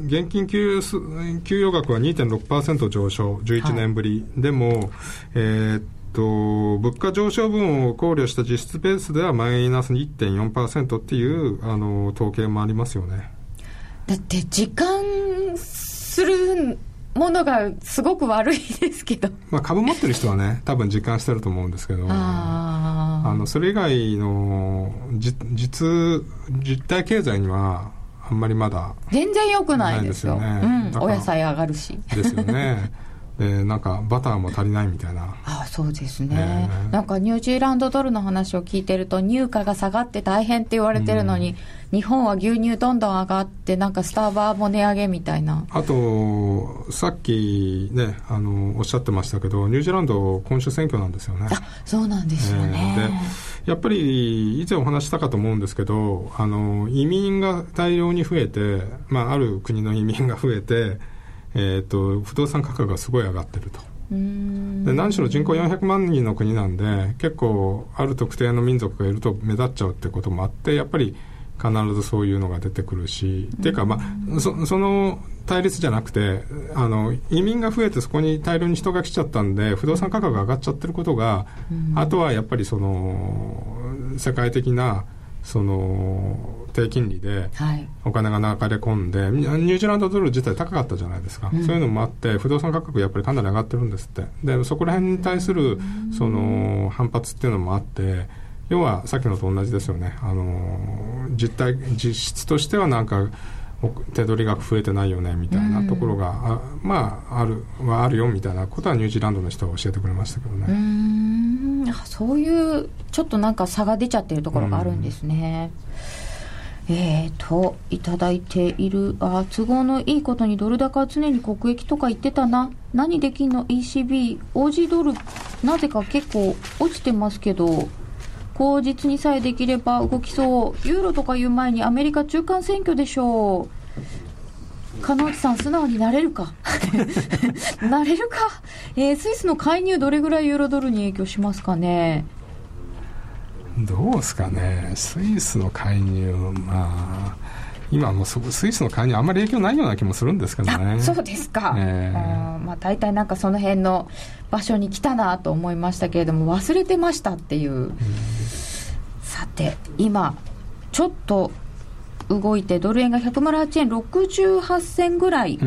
現金給与、給与額は にてんろくパーセント 上昇、じゅういちねんぶり、はい、でも、えー、っと物価上昇分を考慮した実質ベースではマイナス いってんよんパーセント っていうあの統計もありますよね。 だって時間するものがすごく悪いですけど、 まあ、株持ってる人はね多分実感してると思うんですけど、ああのそれ以外のじ実実体経済にはあんまりまだ全然良くないですよ、 ないですよね、 うん、お野菜上がるしですよねでなんかバターも足りないみたいな。 ああそうですね、えー、なんかニュージーランドドルの話を聞いてると乳価が下がって大変って言われてるのに、うん、日本は牛乳どんどん上がってなんかスタバも値上げみたいな。 あとさっきねあのおっしゃってましたけどニュージーランド今週選挙なんですよね。 あそうなんですよね、 えー、でやっぱり以前お話したかと思うんですけどあの移民が大量に増えて、まあ、ある国の移民が増えてえー、と不動産価格がすごい上がってると。うーんで何しろ人口よんひゃくまんにんの国なんで結構ある特定の民族がいると目立っちゃうってこともあってやっぱり必ずそういうのが出てくるしっていうか、まあ、そ, その対立じゃなくてあの移民が増えてそこに大量に人が来ちゃったんで不動産価格が上がっちゃってることがあとはやっぱりその世界的なその低金利でお金が流れ込んで、はい、ニュージーランドドル自体高かったじゃないですか、うん、そういうのもあって不動産価格やっぱりかなり上がってるんですって。でそこら辺に対するその反発っていうのもあって要はさっきのと同じですよね。あの実態実質としてはなんか手取り額増えてないよねみたいなところが、うん、あまああるはあるよみたいなことはニュージーランドの人は教えてくれましたけどね。 うーんそういうちょっとなんか差が出ちゃってるところがあるんですね。えーといただいているあ都合のいいことにドル高は常に国益とか言ってたな。何できんの イーシービー オージー ドルなぜか結構落ちてますけど口実にさえできれば動きそう。ユーロとかいう前にアメリカ中間選挙でしょう。鹿野内さん素直になれるかなれるか、えー、スイスの介入どれぐらいユーロドルに影響しますかね。 どうですかねスイスの介入まあ今もうスイスの介入あんまり影響ないような気もするんですけどね。 あそうですか、えーあまあ、大体なんかその辺の場所に来たなと思いましたけれども忘れてましたっていう、うん、さて今ちょっと動いてドル円がひゃくはちえんろくじゅうはち銭ぐらい、うん、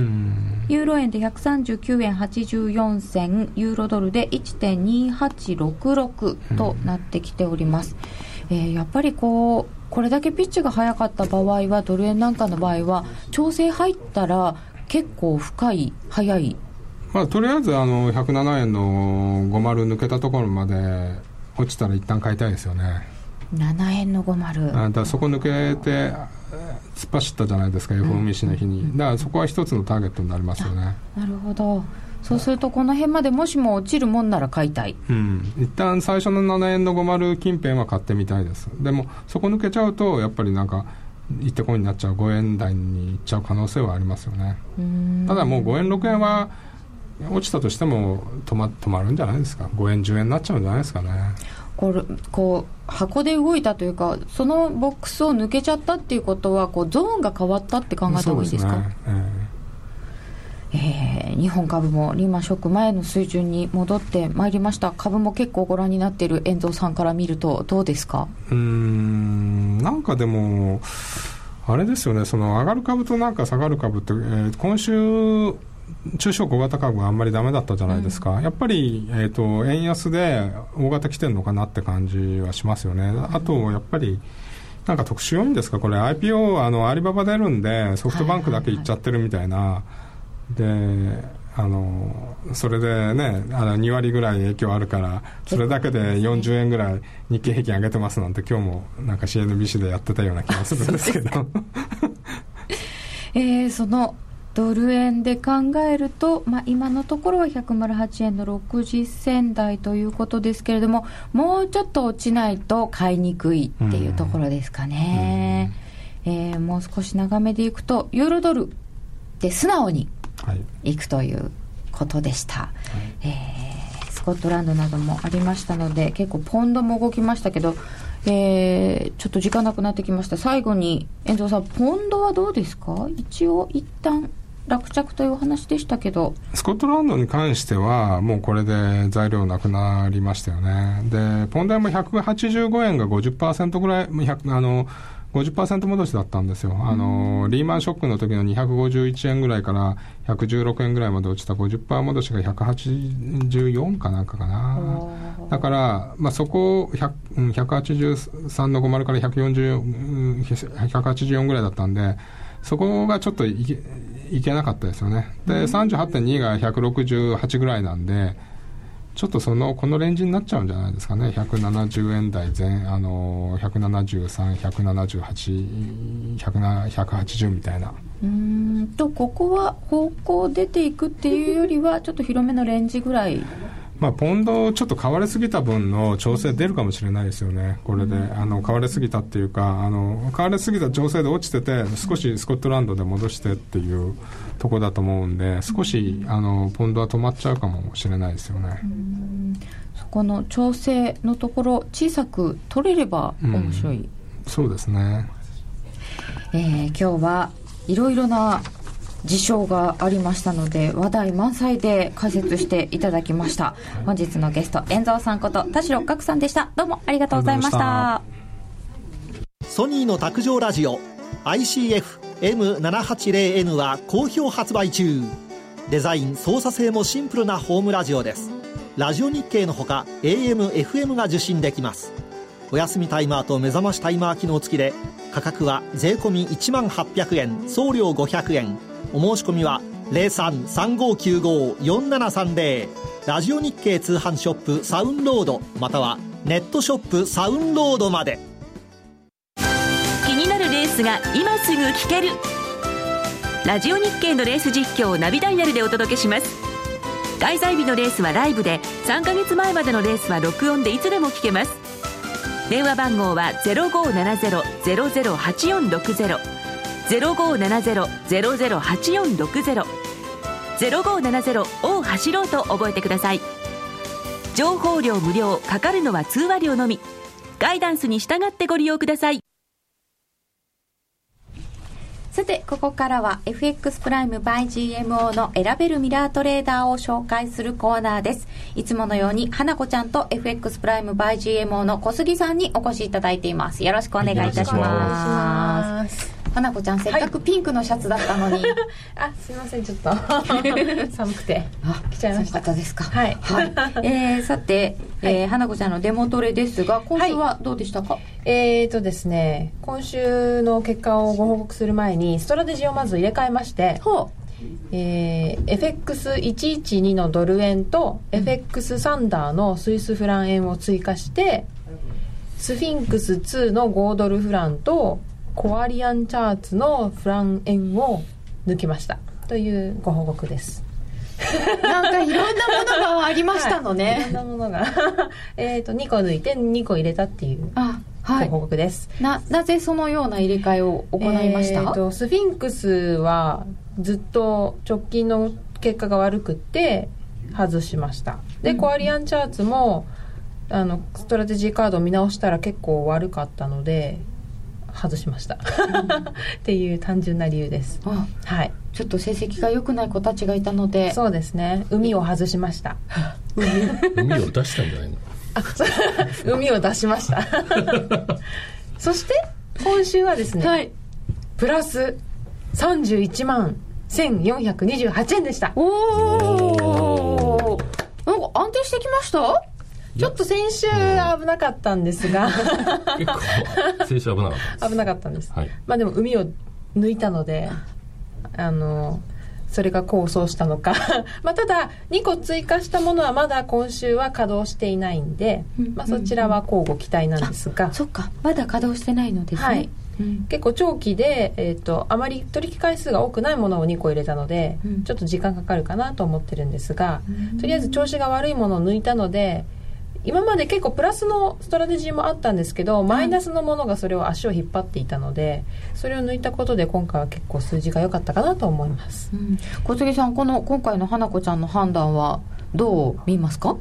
ユーロ円でひゃくさんじゅうきゅうえんはちじゅうよん銭ユーロドルで いってんにはちろくろく となってきております、うんえー、やっぱりこうこれだけピッチが早かった場合はドル円なんかの場合は調整入ったら結構深い早い、 まあ、とりあえずあのひゃくななえんのごじゅう抜けたところまで落ちたら一旦買いたいですよね。 ななえんのごじゅうだからそこ抜けて突っ走ったじゃないですか エフオーエムシー の日に、だからそこは一つのターゲットになりますよね。 なるほど。そうするとこの辺までもしも落ちるもんなら買いたい、 うん、一旦最初のななえんのごじゅう近辺は買ってみたいです。でもそこ抜けちゃうとやっぱりなんか行ってこいになっちゃうごえん台に行っちゃう可能性はありますよね。うーんただもうごえんろくえんは落ちたとしても止ま、止まるんじゃないですか。ごえんじゅうえんになっちゃうんじゃないですかね。 これこう箱で動いたというかそのボックスを抜けちゃったっていうことはこうゾーンが変わったって考えた方がいいですか。そうですね、えーえー、日本株もリーマンショック前の水準に戻ってまいりました。株も結構ご覧になっている遠藤さんから見るとどうですか。 うーんなんかでもあれですよねその上がる株となんか下がる株って、えー、今週中小小型株はあんまりダメだったじゃないですか、うん、やっぱり、えーと、円安で大型来てるのかなって感じはしますよね、うん、あとやっぱりなんか特殊要因ですかこれ アイピーオー あのアリババ出るんでソフトバンクだけ行っちゃってるみたいな、はいはいはいであのそれでねあのに割ぐらい影響あるからそれだけでよんじゅうえんぐらい日経平均上げてますなんて今日もなんか シーエヌビーシー でやってたような気がするんですけどえー、そのドル円で考えると、まあ、今のところはひゃくはちえんのろくじゅっ銭台ということですけれどももうちょっと落ちないと買いにくいっていうところですかね、うんうんえー、もう少し長めでいくとユーロドルで素直にいくということでした、はいえー、スコットランドなどもありましたので結構ポンドも動きましたけどえー、ちょっと時間なくなってきました。最後に遠藤さん、ポンドはどうですか？一応一旦落着というお話でしたけど、 スコットランドに関してはもうこれで材料なくなりましたよね。でポンド円もひゃくはちじゅうごえんが ごじゅっパーセント ぐらい、あの ごじゅっパーセント 戻しだったんですよ。あのリーマンショックの時のにひゃくごじゅういちえんぐらいからひゃくじゅうろくえんぐらいまで落ちた ごじゅっパーセント 戻しがひゃくはちじゅうよんかなんかかな。だから、まあ、そこをひゃく、ひゃくはちじゅうさんのごじゅうからひゃくよんじゅう、ひゃくはちじゅうよんぐらいだったんで、そこがちょっといけ、いけなかったですよね。で さんじゅうはちてんに がひゃくろくじゅうはちぐらいなんで、ちょっとそのこのレンジになっちゃうんじゃないですかね。ひゃくななじゅうえん台前、あのひゃくななじゅうさん、ひゃくななじゅうはち、ひゃくはちじゅうみたいな。 うーんとここは方向出ていくっていうよりはちょっと広めのレンジぐらい。 まあ、ポンドちょっと買われすぎた分の調整出るかもしれないですよね。これであの買われすぎたっていうか、あの買われすぎた調整で落ちてて少しスコットランドで戻してっていうとこだと思うんで、少しあのポンドは止まっちゃうかもしれないですよね。 うん、そこの調整のところ小さく取れれば面白い、うん、 そうですね。 えー、今日はいろいろな事象がありましたので話題満載で解説していただきました。本日のゲスト遠藤さんこと田代岳さんでした。どうもありがとうございました。 ソニーの卓上ラジオ アイシーエフエムななはちゼロエヌ は好評発売中。デザイン操作性もシンプルなホームラジオです。ラジオ日経のほか エーエム、エフエム が受信できます。お休みタイマーと目覚ましタイマー機能付きで価格は税込みいちまんはっぴゃくえん、送料ごひゃくえん。お申し込みは ゼロさん さんごきゅうご よんななさんゼロ ラジオ日経通販ショップサウンロードまたはネットショップサウンロードまで。 気になるレースが今すぐ聞ける。ラジオ日経のレース実況をナビダイヤルでお届けします。開催日のレースはライブで、さんかげつまえまでのレースは録音でいつでも聞けます。電話番号は ゼロごーななゼロ ゼロゼロはちよんろくゼロ ゼロごーななゼロ ゼロゼロはちよんろくゼロ ゼロごーななゼロを走ろうと覚えてください。情報料無料、かかるのは通話料のみ。ガイダンスに従ってご利用ください。 さてここからは エフエックス プライム by ジーエムオー の選べるミラートレーダーを紹介するコーナーです。いつものように花子ちゃんと エフエックス プライム by ジーエムオー の小杉さんにお越しいただいています。よろしくお願いいたします。花子ちゃん、せっかくピンクのシャツだったのに、はい、 あ、すいません、ちょっと寒くて来ちゃいました。 そうですか。 はい、 はい。えー、さて、えーはい、花子ちゃんのデモトレですが、今週はどうでしたか？はい、 えーとですね、今週の結果をご報告する前にストラテジーをまず入れ替えまして、ほう、えー、エフエックスいちいちに のドル円と、うん、エフエックス サンダーのスイスフラン円を追加して、スフィンクスにのごドルフランとコアリアンチャーツのフラン円を抜きましたというご報告です。 なんかいろんなものがありましたのね。 はい、いろんなものがえーとにこ抜いてにこ入れたっていうご報告です。 な, なぜそのような入れ替えを行いました？ えーとスフィンクスはずっと直近の結果が悪くって外しました。で、うん、コアリアンチャーツもあのストラテジーカードを見直したら結構悪かったので外しましたっていう単純な理由です。 あ、はい。ちょっと成績が良くない子たちがいたので。 そうですね、海を外しました海を出したんじゃないの？ あ、海を出しましたそして今週はですね、はい、プラスさんじゅういちまんせんよんひゃくにじゅうはちえんでした。 おお、なんか安定してきました？ ちょっと先週危なかったんですが結構先週危なかったです。 危なかったんです、 はい、 まあでも海を抜いたのであのそれが功を奏したのかまあただにこ追加したものはまだ今週は稼働していないんで、まあ、そちらは交互期待なんですが、 うん、そっか、まだ稼働してないのですね。はい、 うん、結構長期で、えーと、あまり取引回数が多くないものをにこ入れたので、うん、ちょっと時間かかるかなと思ってるんですが、うん、とりあえず調子が悪いものを抜いたので、今まで結構プラスのストラテジーもあったんですけど、マイナスのものがそれを足を引っ張っていたので、それを抜いたことで今回は結構数字が良かったかなと思います。 うん、小杉さん、この今回の花子ちゃんの判断はどう見ますか？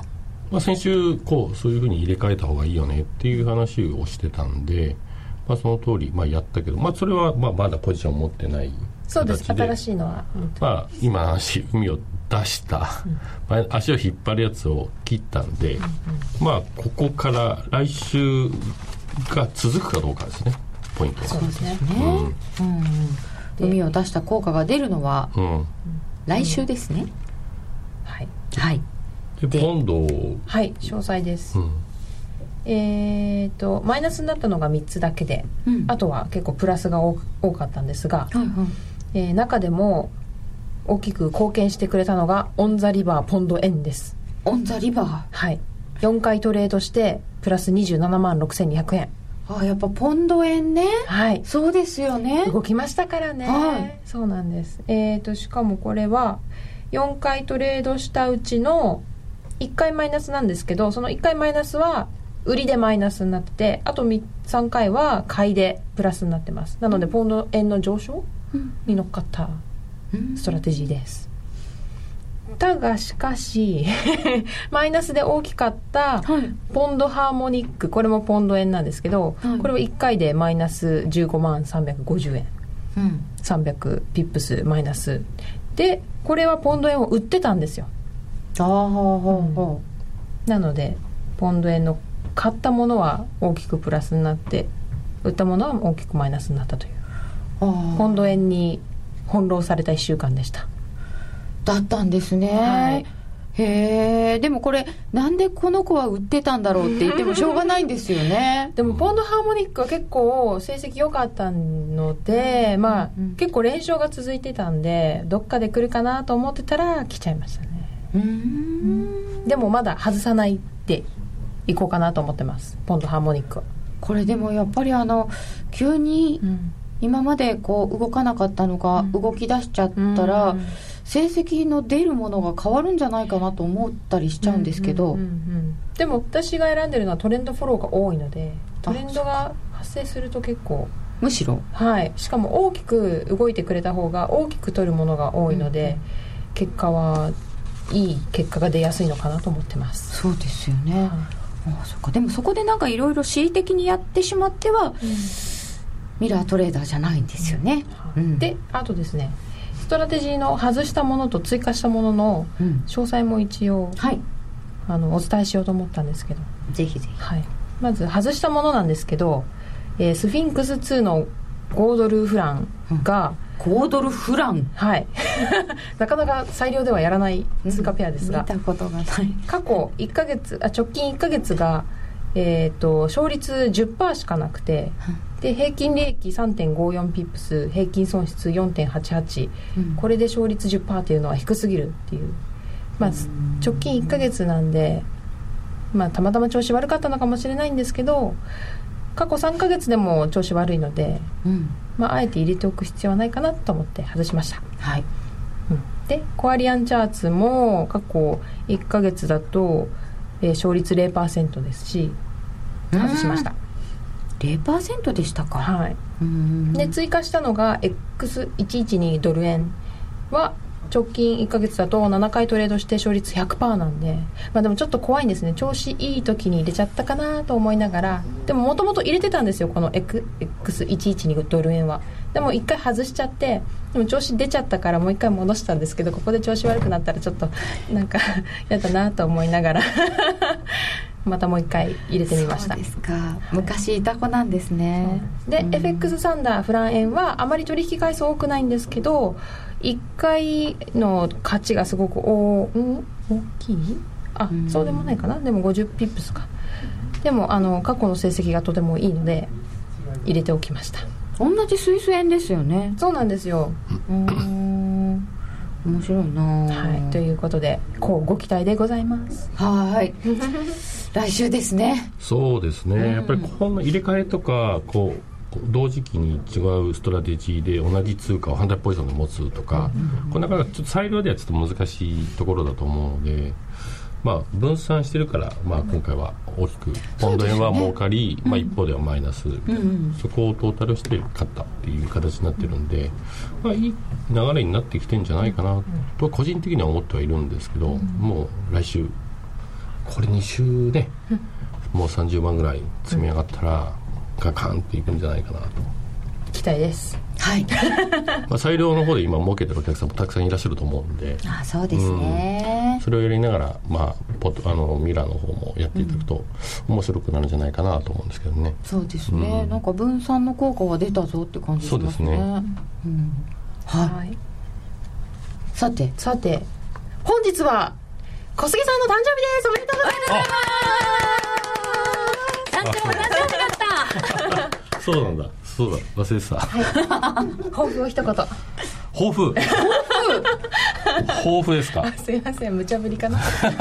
まあ、先週こうそういうふうに入れ替えた方がいいよねっていう話をしてたんで、まあ、その通りまあやったけど、まあ、それはまあまだポジションを持ってない形で、 そうです、新しいのは、 まあ、今の話海を出した、うん、足を引っ張るやつを切ったんで、うんうん、まあここから来週が続くかどうかですね、ポイントは。 そうですね、うんうんうん、海を出した効果が出るのは、うん、来週ですね、うん、 はい、 はい、 でポンドはい、詳細です、うん、えーとマイナスになったのがみっつだけで、うん、あとは結構プラスが 多, 多かったんですが、はいはい、えー、中でも大きく貢献してくれたのがオンザリバーポンド円です。 オンザリバー、 はい、よんかいトレードしてプラスにじゅうななまんろくせんにひゃくえん。 あ、やっぱポンド円ね、 はい、 そうですよね、 動きましたからね、はい、そうなんです。えーとしかもこれはよんかいトレードしたうちのいっかいマイナスなんですけど、そのいっかいマイナスは売りでマイナスになってて、あとさんかいは買いでプラスになってます。なのでポンド円の上昇に乗っかったストラテジーです。だがしかしマイナスで大きかったポンドハーモニック、これもポンド円なんですけど、はい、これはいっかいでマイナスじゅうごまんさんびゃくごじゅうえん、うん、さんびゃくピップスマイナスで、これはポンド円を売ってたんですよ。あ、うん、なのでポンド円の買ったものは大きくプラスになって、売ったものは大きくマイナスになったという、ポンド円に翻弄されたいっしゅうかんでした。 だったんですね、はい、へえ。でもこれなんでこの子は売ってたんだろうって言ってもしょうがないんですよねでもポンドハーモニックは結構成績良かったので、まあ、うん、結構連勝が続いてたんで、どっかで来るかなと思ってたら来ちゃいましたね。うーん、でもまだ外さないでいこうかなと思ってます、ポンドハーモニックは。 これでもやっぱりあの急に今までこう動かなかったのが動き出しちゃったら、うん、成績の出るものが変わるんじゃないかなと思ったりしちゃうんですけど、うんうんうんうん、 でも私が選んでるのはトレンドフォローが多いので、トレンドが発生すると結構むしろ、 はい、しかも大きく動いてくれた方が大きく取るものが多いので、うん、結果はいい結果が出やすいのかなと思ってます。 そうですよね、はい、あ、そっか。でもそこでなんかいろいろ恣意的にやってしまっては、うん、ミラートレーダーじゃないんですよね、 うんうん、で、あとですね、ストラテジーの外したものと追加したものの詳細も一応、うん、はい、あのお伝えしようと思ったんですけど、 ぜひぜひ、 はい、まず外したものなんですけど、えー、スフィンクスツーのごドルフランが、 うん、ごドルフラン、 はいなかなか裁量ではやらない通貨ペアですが、 うん、見たことがない。 過去いっかげつ、あ、直近いっかげつが、えー、と勝率 じゅっパーセント しかなくて、で平均利益 さんてんごよん ピップス、平均損失 よんてんはちはち、うん、これで勝率 じゅっパーセント というのは低すぎるっていう、まあ、直近いっかげつなんで、まあ、たまたま調子悪かったのかもしれないんですけど、過去さんかげつでも調子悪いので、うん、まあ、あえて入れておく必要はないかなと思って外しました、はい、うん、でコアリアンチャーツも過去いっかげつだと、えー、勝率 ゼロパーセント ですし外しました。 ゼロパーセント でしたか。 はい、うん、で追加したのが エックスひゃくじゅうに ドル円は直近いっかげつだとななかいトレードして勝率 ひゃくパーセント なんで、まあ、でもちょっと怖いんですね。調子いい時に入れちゃったかなと思いながら、でももともと入れてたんですよ、この エックスひゃくじゅうに ドル円は。でもいっかい外しちゃって、でも調子出ちゃったからもういっかい戻したんですけど、ここで調子悪くなったらちょっとなんかやだなと思いながらまたもう一回入れてみました。 そうですか、昔いた子なんですね。 で、うん、エフエックス サンダーフラン円はあまり取引回数多くないんですけど、いっかいの価値がすごく大、うん、大きい、あ、うん、そうでもないかな。でもごじゅうピップスか。でもあの過去の成績がとてもいいので入れておきました。 同じスイス円ですよね。 そうなんですよ。うーん、面白いな、 はい、ということでこうご期待でございます。 はい来週ですね。 そうですね、うん、やっぱりこの入れ替えとかこう同時期に違うストラテジーで同じ通貨を反対ポジションで持つとか、うん、これなかなかちょっと裁量ではちょっと難しいところだと思うので、まあ、分散してるから、まあ、今回は大きくポンド円は儲かり、ね、まあ、一方ではマイナス、うん、そこをトータルして勝ったっていう形になってるんで、まあ、いい流れになってきてるんじゃないかなと個人的には思ってはいるんですけど、うん、もう来週これに週ね、うん、もうさんじゅうまんぐらい積み上がったら、うん、ガカンっていくんじゃないかなと期待です。 はい。 まあ裁量の方で今儲けてるお客さんもたくさんいらっしゃると思うんで、 あ、そうですね、 うん、それをやりながら、まあ、ポッあのミラーの方もやっていただくと面白くなるんじゃないかなと思うんですけどね。 そうですね、うん、なんか分散の効果が出たぞって感じしますね。そうですね、うん、はい。さてさて本日は小杉さんの誕生日です。おめでとうございます。誕生日誕生日だったそうなんだ、そうだ、忘れてた、 はい、抱負を一言。 抱負抱負ですか。 すいません、無茶ぶりかな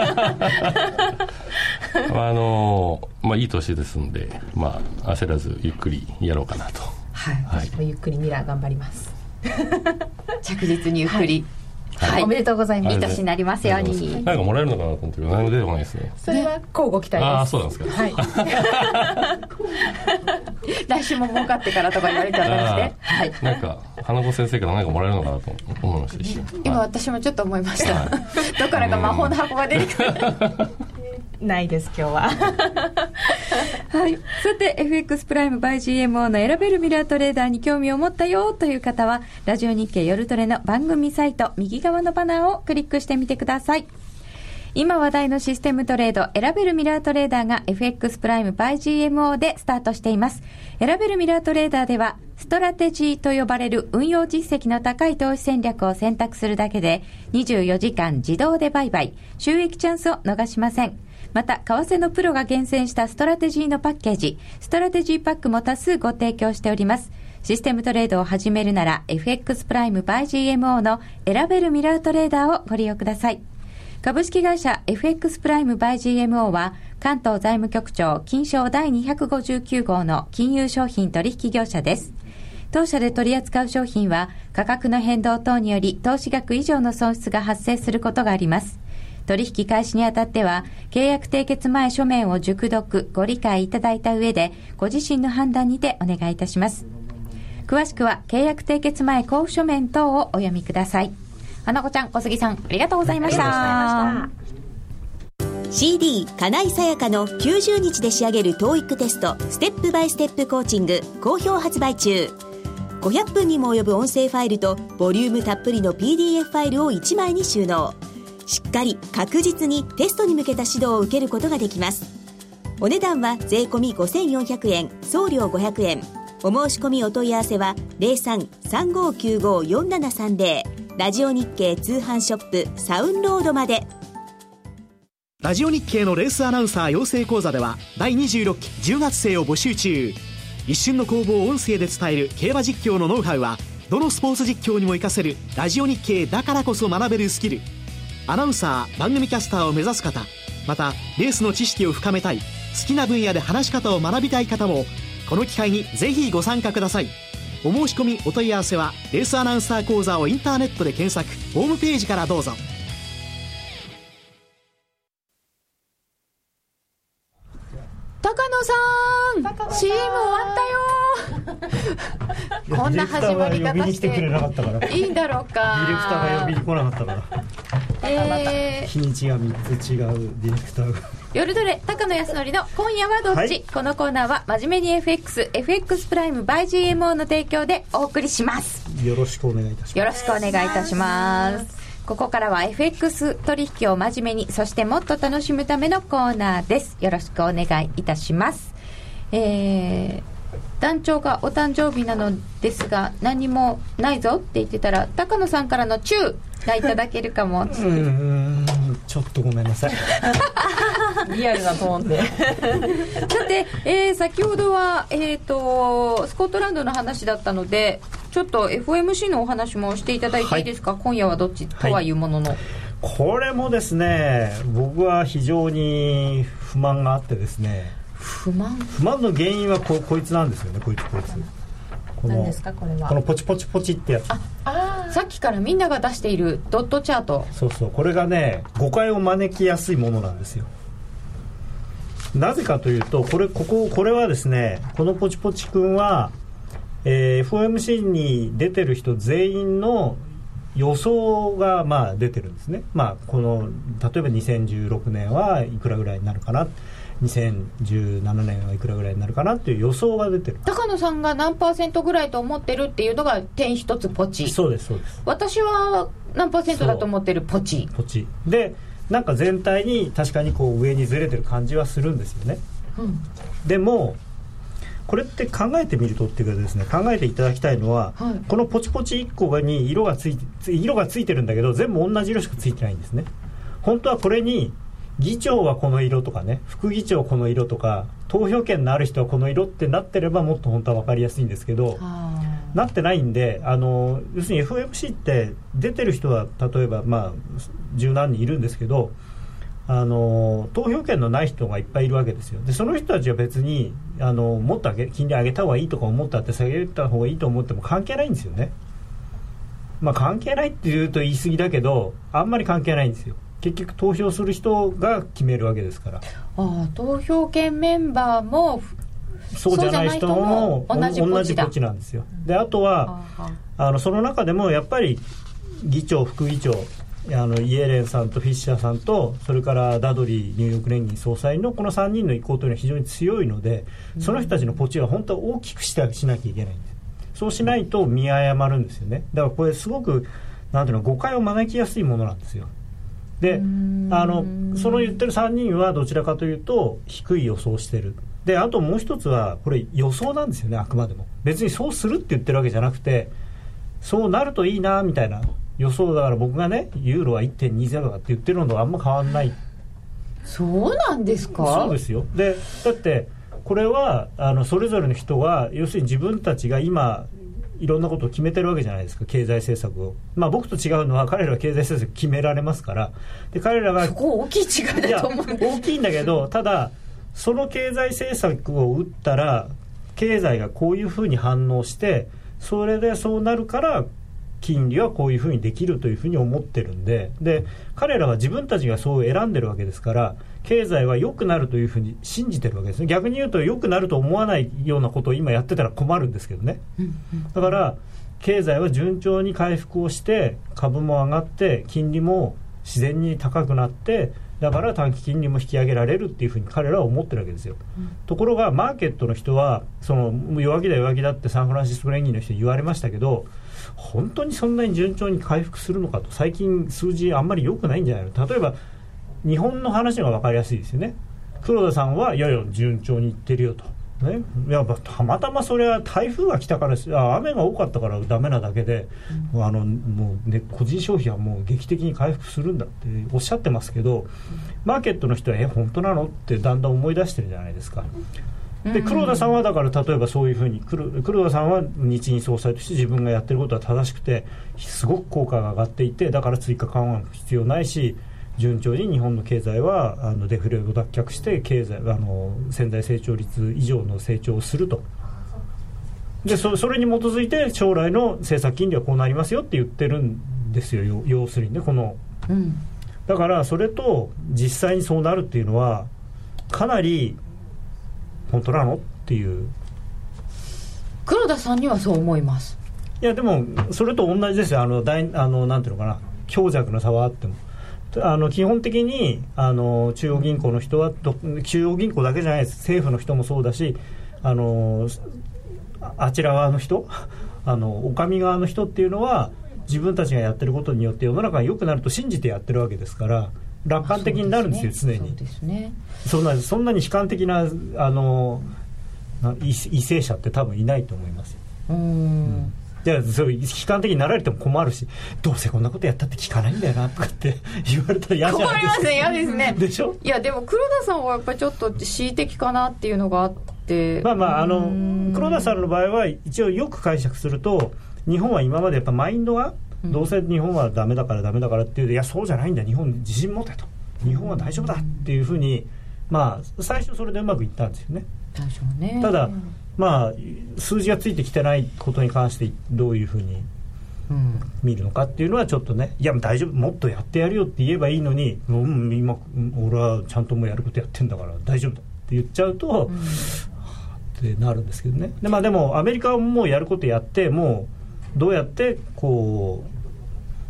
あのまあいい年ですんで、まあ焦らずゆっくりやろうかなと。 はい、はい、私もゆっくりミラー頑張ります着実にゆっくり、 はいはい、おめでとうございます。 いい年になりますように。 なんかもらえるのかなと思ってるけど何も出てこないですね。 それは交互期待です。 ああ、そうなんですか。 はい来週も儲かってからとか言われちゃったりして、はい、 なんか花子先生から何かもらえるのかなと思いましたし、 今私もちょっと思いました、はい、どこからか魔法の箱が出てくるないです今日ははい、さて エフエックス プライム by ジーエムオー の選べるミラートレーダーに興味を持ったよという方はラジオ日経夜トレの番組サイト右側のバナーをクリックしてみてください。今話題のシステムトレード選べるミラートレーダーが エフエックス プライム by ジーエムオー でスタートしています。選べるミラートレーダーではストラテジーと呼ばれる運用実績の高い投資戦略を選択するだけでにじゅうよじかん自動で売買、収益チャンスを逃しません。また為替のプロが厳選したストラテジーのパッケージストラテジーパックも多数ご提供しております。システムトレードを始めるなら エフエックス プライム by ジーエムオー の選べるミラートレーダーをご利用ください。株式会社 エフエックス プライム by ジーエムオー は関東財務局長金商第にひゃくごじゅうきゅう号の金融商品取引業者です。当社で取り扱う商品は価格の変動等により投資額以上の損失が発生することがあります。取引開始にあたっては契約締結前書面を熟読ご理解いただいた上でご自身の判断にてお願いいたします。詳しくは契約締結前交付書面等をお読みください。花子ちゃん、小杉さん、ありがとうございました。 シーディー 金井さやかのきゅうじゅうにちで仕上げる トーイック テストステップバイステップコーチング好評発売中。ごひゃっぷんにも及ぶ音声ファイルとボリュームたっぷりの ピーディーエフ ファイルをいちまいに収納。しっかり確実にテストに向けた指導を受けることができます。お値段は税込みごせんよんひゃくえん、送料ごひゃくえん。お申し込みお問い合わせは ゼロさん さんごきゅうご よんななさんゼロ ラジオ日経通販ショップサウンロードまで。 ラジオ日経のレースアナウンサー養成講座ではだいにじゅうろっきじゅうがつ生を募集中。一瞬の攻防を音声で伝える競馬実況のノウハウはどのスポーツ実況にも活かせるラジオ日経だからこそ学べるスキル。アナウンサー、番組キャスターを目指す方、またレースの知識を深めたい、好きな分野で話し方を学びたい方もこの機会にぜひご参加ください。お申し込みお問い合わせはレースアナウンサー講座をインターネットで検索、ホームページからどうぞ。 高野さん シーエム 終わったよこんな始まり方していいんだろうか。 ディレクターが呼びに来なかったからえー、日にちがみっつ違うディレクターが夜トレ高野康則の今夜はどっち、はい、このコーナーは真面目に エフエックス エフエックス プライム by ジーエムオー の提供でお送りします。 よろしくお願いいたします。 よろしくお願いいたします。ここからは エフエックス 取引を真面目に、そしてもっと楽しむためのコーナーです。よろしくお願いいたします。えー、団長がお誕生日なのですが何もないぞって言ってたら高野さんからのチューがいただけるかも。うーん、ちょっとごめんなさいリアルなトーンでさて、えー、先ほどは、えーと、スコットランドの話だったのでちょっと エフオーエムシー のお話もしていただいていいですか、はい、今夜はどっちとはいうものの、はい、 これもですね僕は非常に不満があってですね。 不満不満の原因は こ, こいつなんですよね。こいつこいつこの何ですかこれは。 このポチポチポチってやつ。 ああ、さっきからみんなが出しているドットチャート。 そうそう、これがね誤解を招きやすいものなんですよ。なぜかというとこれこここれはですね、このポチポチ君は、えー、エフオーエムシー に出てる人全員の予想がまあ出てるんですね、まあ、この例えばにせんじゅうろくねんはいくらぐらいになるかな、にせんじゅうななねんはいくらぐらいになるかなっていう予想が出てる。 高野さんが何パーセントぐらいと思ってるっていうのが点一つポチ。 そうですそうです。 私は何パーセントだと思ってるポチポチで、なんか全体に確かにこう上にずれてる感じはするんですよね、うん、でもこれって考えてみるとっていうかですね、考えていただきたいのは、はい、このポチポチいっこに色がついて色がついてるんだけど全部同じ色しかついてないんですね。本当はこれに議長はこの色とかね、副議長この色とか、投票権のある人はこの色ってなってればもっと本当は分かりやすいんですけど、なってないんで、あの要するに エフオーエムシー って出てる人は例えばまあ十何人いるんですけど、あの投票権のない人がいっぱいいるわけですよ。でその人たちは別にあのもっと上げ金利上げた方がいいとか思ったって下げた方がいいと思っても関係ないんですよね。まあ関係ないって言うと言い過ぎだけど、あんまり関係ないんですよ。結局投票する人が決めるわけですから。ああ、投票権メンバーもそうじゃない人も同じポチだ、同じポチなんですよ。であとはあのその中でもやっぱり議長副議長、あのイエレンさんとフィッシャーさんとそれからダドリーニューヨーク連銀総裁のこのさんにんの意向というのは非常に強いので、その人たちのポチは本当は大きくしてしなきゃいけないんです。そうしないと見誤るんですよね。だからこれすごくなんていうの誤解を招きやすいものなんですよ。であのその言ってるさんにんはどちらかというと低い予想をしてる。であともう一つはこれ予想なんですよね。あくまでも別にそうするって言ってるわけじゃなくて、そうなるといいなみたいな予想だから、僕がねユーロは いってんにゼロ だって言ってるのとあんま変わんない。 そうなんですか。 そうですよ。でだってこれはあのそれぞれの人が要するに自分たちが今いろんなことを決めてるわけじゃないですか、経済政策を。まあ僕と違うのは彼らは経済政策決められますから。で彼らがそこ大きい違いだと思うんです。 いや大きいんだけど、ただその経済政策を打ったら経済がこういうふうに反応して、それでそうなるから金利はこういうふうにできるというふうに思ってるんで、で彼らは自分たちがそう選んでるわけですから、経済は良くなるというふうに信じてるわけですね。逆に言うと良くなると思わないようなことを今やってたら困るんですけどね。だから経済は順調に回復をして、株も上がって金利も自然に高くなって、だから短期金利も引き上げられるっていうふうに彼らは思ってるわけですよ、うん、ところがマーケットの人はその弱気だ弱気だってサンフランシスコ連銀の人言われましたけど、本当にそんなに順調に回復するのかと。最近数字あんまり良くないんじゃないの。例えば日本の話が分かりやすいですよね。黒田さんはいやいや順調にいってるよと、ね、やっぱたまたまそれは台風が来たから、あ雨が多かったからダメなだけで、うん、あのもうね、個人消費はもう劇的に回復するんだっておっしゃってますけど、マーケットの人はえ本当なのってだんだん思い出してるじゃないですか。で黒田さんはだから例えばそういうふうに 黒, 黒田さんは日銀総裁として自分がやってることは正しくてすごく効果が上がっていて、だから追加緩和の必要ないし、順調に日本の経済はあのデフレを脱却して経済あの潜在成長率以上の成長をすると。で そ, それに基づいて将来の政策金利はこうなりますよって言ってるんですよ、要するにねこの、うん、だからそれと実際にそうなるっていうのはかなり本当なのっていう。 黒田さんにはそう思います。 いやでもそれと同じですよ。あの大あのなんていうのかな、強弱の差はあってもあの基本的にあの中央銀行の人は中央銀行だけじゃないです。政府の人もそうだし、あのあちら側の人あのお上側の人っていうのは自分たちがやってることによって世の中が良くなると信じてやってるわけですから、楽観的になるんですよ、常に。そうですね。そんなそんなに悲観的なあの為政者って多分いないと思いますよ。うーん、うんじゃあそう悲観的になられても困るし、どうせこんなことやったって聞かないんだよなとかって言われたら嫌じゃないですか。 困りますね、嫌ですね。 でしょ。 いやでも黒田さんはやっぱりちょっと恣意的かなっていうのがあって、 まあまああの黒田さんの場合は一応よく解釈すると、日本は今までやっぱマインドが、うん、どうせ日本はダメだからダメだからっていう、いやそうじゃないんだ、日本自信持てと、日本は大丈夫だっていうふうに、まあ最初それでうまくいったんですよね。 最初ね。 ただまあ、数字がついてきてないことに関してどういうふうに見るのかっていうのはちょっとね、いや大丈夫、もっとやってやるよって言えばいいのに、うん、今俺はちゃんともうやることやってんだから大丈夫だって言っちゃうと、うん、ってなるんですけどね。で、まあ、でもアメリカはもうやることやって、もうどうやってこ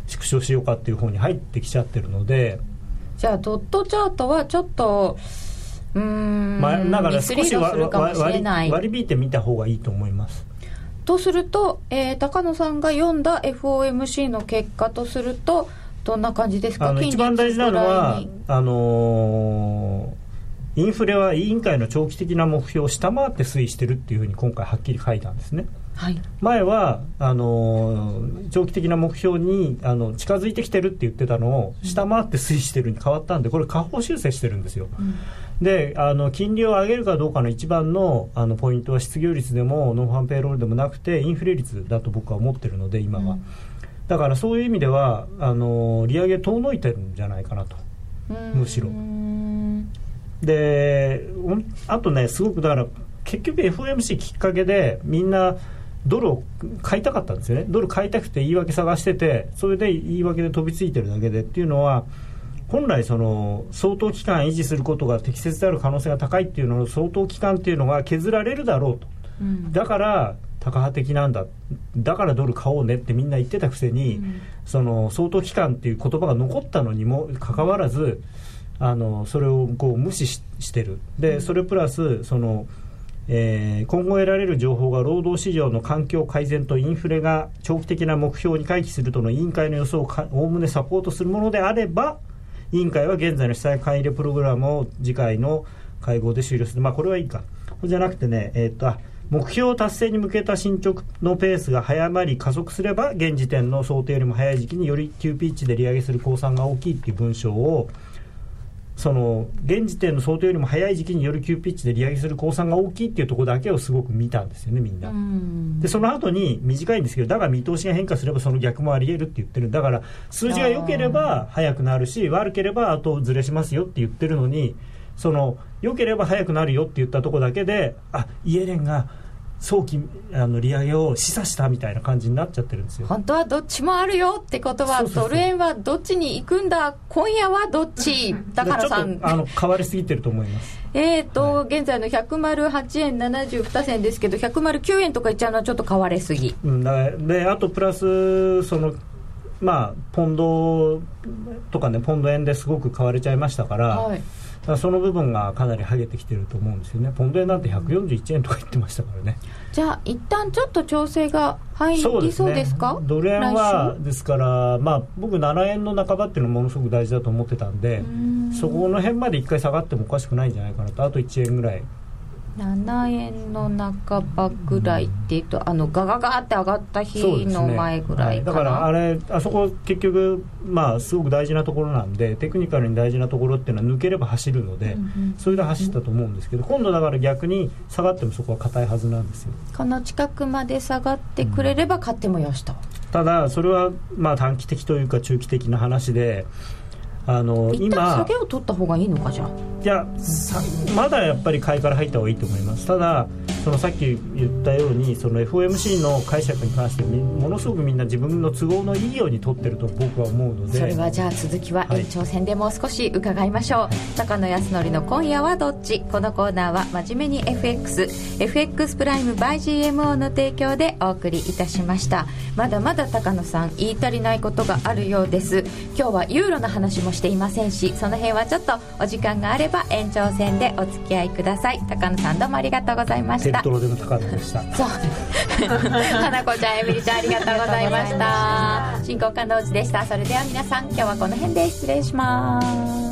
縮小しようかっていう方に入ってきちゃってるので、 じゃあドットチャートはちょっとうーん、 まあ、だから少し割割り引いてみた方がいいと思います。 とすると、えー、高野さんが読んだ エフオーエムシー の結果とするとどんな感じですか？ あの一番大事なのはあのー、インフレは委員会の長期的な目標を下回って推移してるっていうふうに今回はっきり書いたんですね。はい、前はあの長期的な目標にあの近づいてきてるって言ってたのを下回って推移してるに変わったんで、これ下方修正してるんですよ、うん、であの金利を上げるかどうかの一番 の, あのポイントは失業率でもノンファンペイロールでもなくてインフレ率だと僕は思ってるので今は、うん、だからそういう意味ではあの利上げ遠のいてるんじゃないかなと、むしろであとねすごくだから結局 エフオーエムシー きっかけでみんなドルを買いたかったんですよね。ドル買いたくて言い訳探してて、それで言い訳で飛びついてるだけでっていうのは、本来その相当期間維持することが適切である可能性が高いっていうのの相当期間っていうのが削られるだろうと、うん、だからタカ派的なんだ、だからドル買おうねってみんな言ってたくせに、うん、その相当期間っていう言葉が残ったのにもかかわらずあのそれをこう無視 し, してるで、それプラスそのえー、今後得られる情報が労働市場の環境改善とインフレが長期的な目標に回帰するとの委員会の予想をおおむねサポートするものであれば、委員会は現在の資産買い入れプログラムを次回の会合で終了する、まあ、これはいいか。じゃなくてね、えー、っと目標達成に向けた進捗のペースが早まり加速すれば現時点の想定よりも早い時期により急ピッチで利上げする公算が大きいっていう文章を、その現時点の想定よりも早い時期により急ピッチで利上げする公算が大きいっていうところだけをすごく見たんですよね、みんな。うんでその後に短いんですけど、だから見通しが変化すればその逆もあり得るって言ってる。だから数字が良ければ早くなるし、悪ければ後ずれしますよって言ってるのに、その良ければ早くなるよって言ったところだけで、あ、イエレンが早期あの利上げを示唆したみたいな感じになっちゃってるんですよ。 本当はどっちもあるよってことは、そうそうそう、ドル円はどっちに行くんだ、今夜はどっち高野さんちょっとあの変わりすぎてると思います。 えーと、はい、現在のひゃくはちえんななじゅうに銭ですけど、ひゃくきゅうえんとかいっちゃうのはちょっと変われすぎ、 うん、だであとプラスそのまあポンドとかね、ポンド円ですごく買われちゃいましたから、はい、だからその部分がかなり剥げてきてると思うんですよね。ポンド円なんてひゃくよんじゅういちえんとか言ってましたからね。 じゃあ一旦ちょっと調整が入りそうですか？そうですね、 ドル円はですから、まあ、僕ななえんの半ばっていうのものすごく大事だと思ってたんで、んそこの辺までいっかい下がってもおかしくないんじゃないかなと。あといちえんぐらい、 ななえんの半ばぐらいっていうと、あのガガガって上がった日の前ぐらいかな、 ね、はい、だからあれあそこ結局、まあ、すごく大事なところなんで、テクニカルに大事なところっていうのは抜ければ走るので、うんうん、それで走ったと思うんですけど、今度だから逆に下がってもそこは硬いはずなんですよ。 この近くまで下がってくれれば買ってもよしと、うん、 ただそれはまあ短期的というか中期的な話で、あの一旦下げを取った方がいいのか。じゃあいやまだやっぱり買いから入った方がいいと思います。ただそのさっき言ったように、その エフオーエムシー の解釈に関してものすごくみんな自分の都合のいいように取ってると僕は思うので、 それはじゃあ続きは延長戦でもう少し伺いましょう、はい、高野康則の今夜はどっち。このコーナーは真面目に エフエックス エフエックス プライム by ジーエムオー の提供でお送りいたしました。まだまだ高野さん言い足りないことがあるようです。今日はユーロの話もしていませんし、その辺はちょっとお時間があれば延長戦でお付き合いください。高野さんどうもありがとうございました。 テントロでも高野でしたそう花子ちゃん、エミリちゃんありがとうございました。進行官のうちでした。それでは皆さん今日はこの辺で失礼します。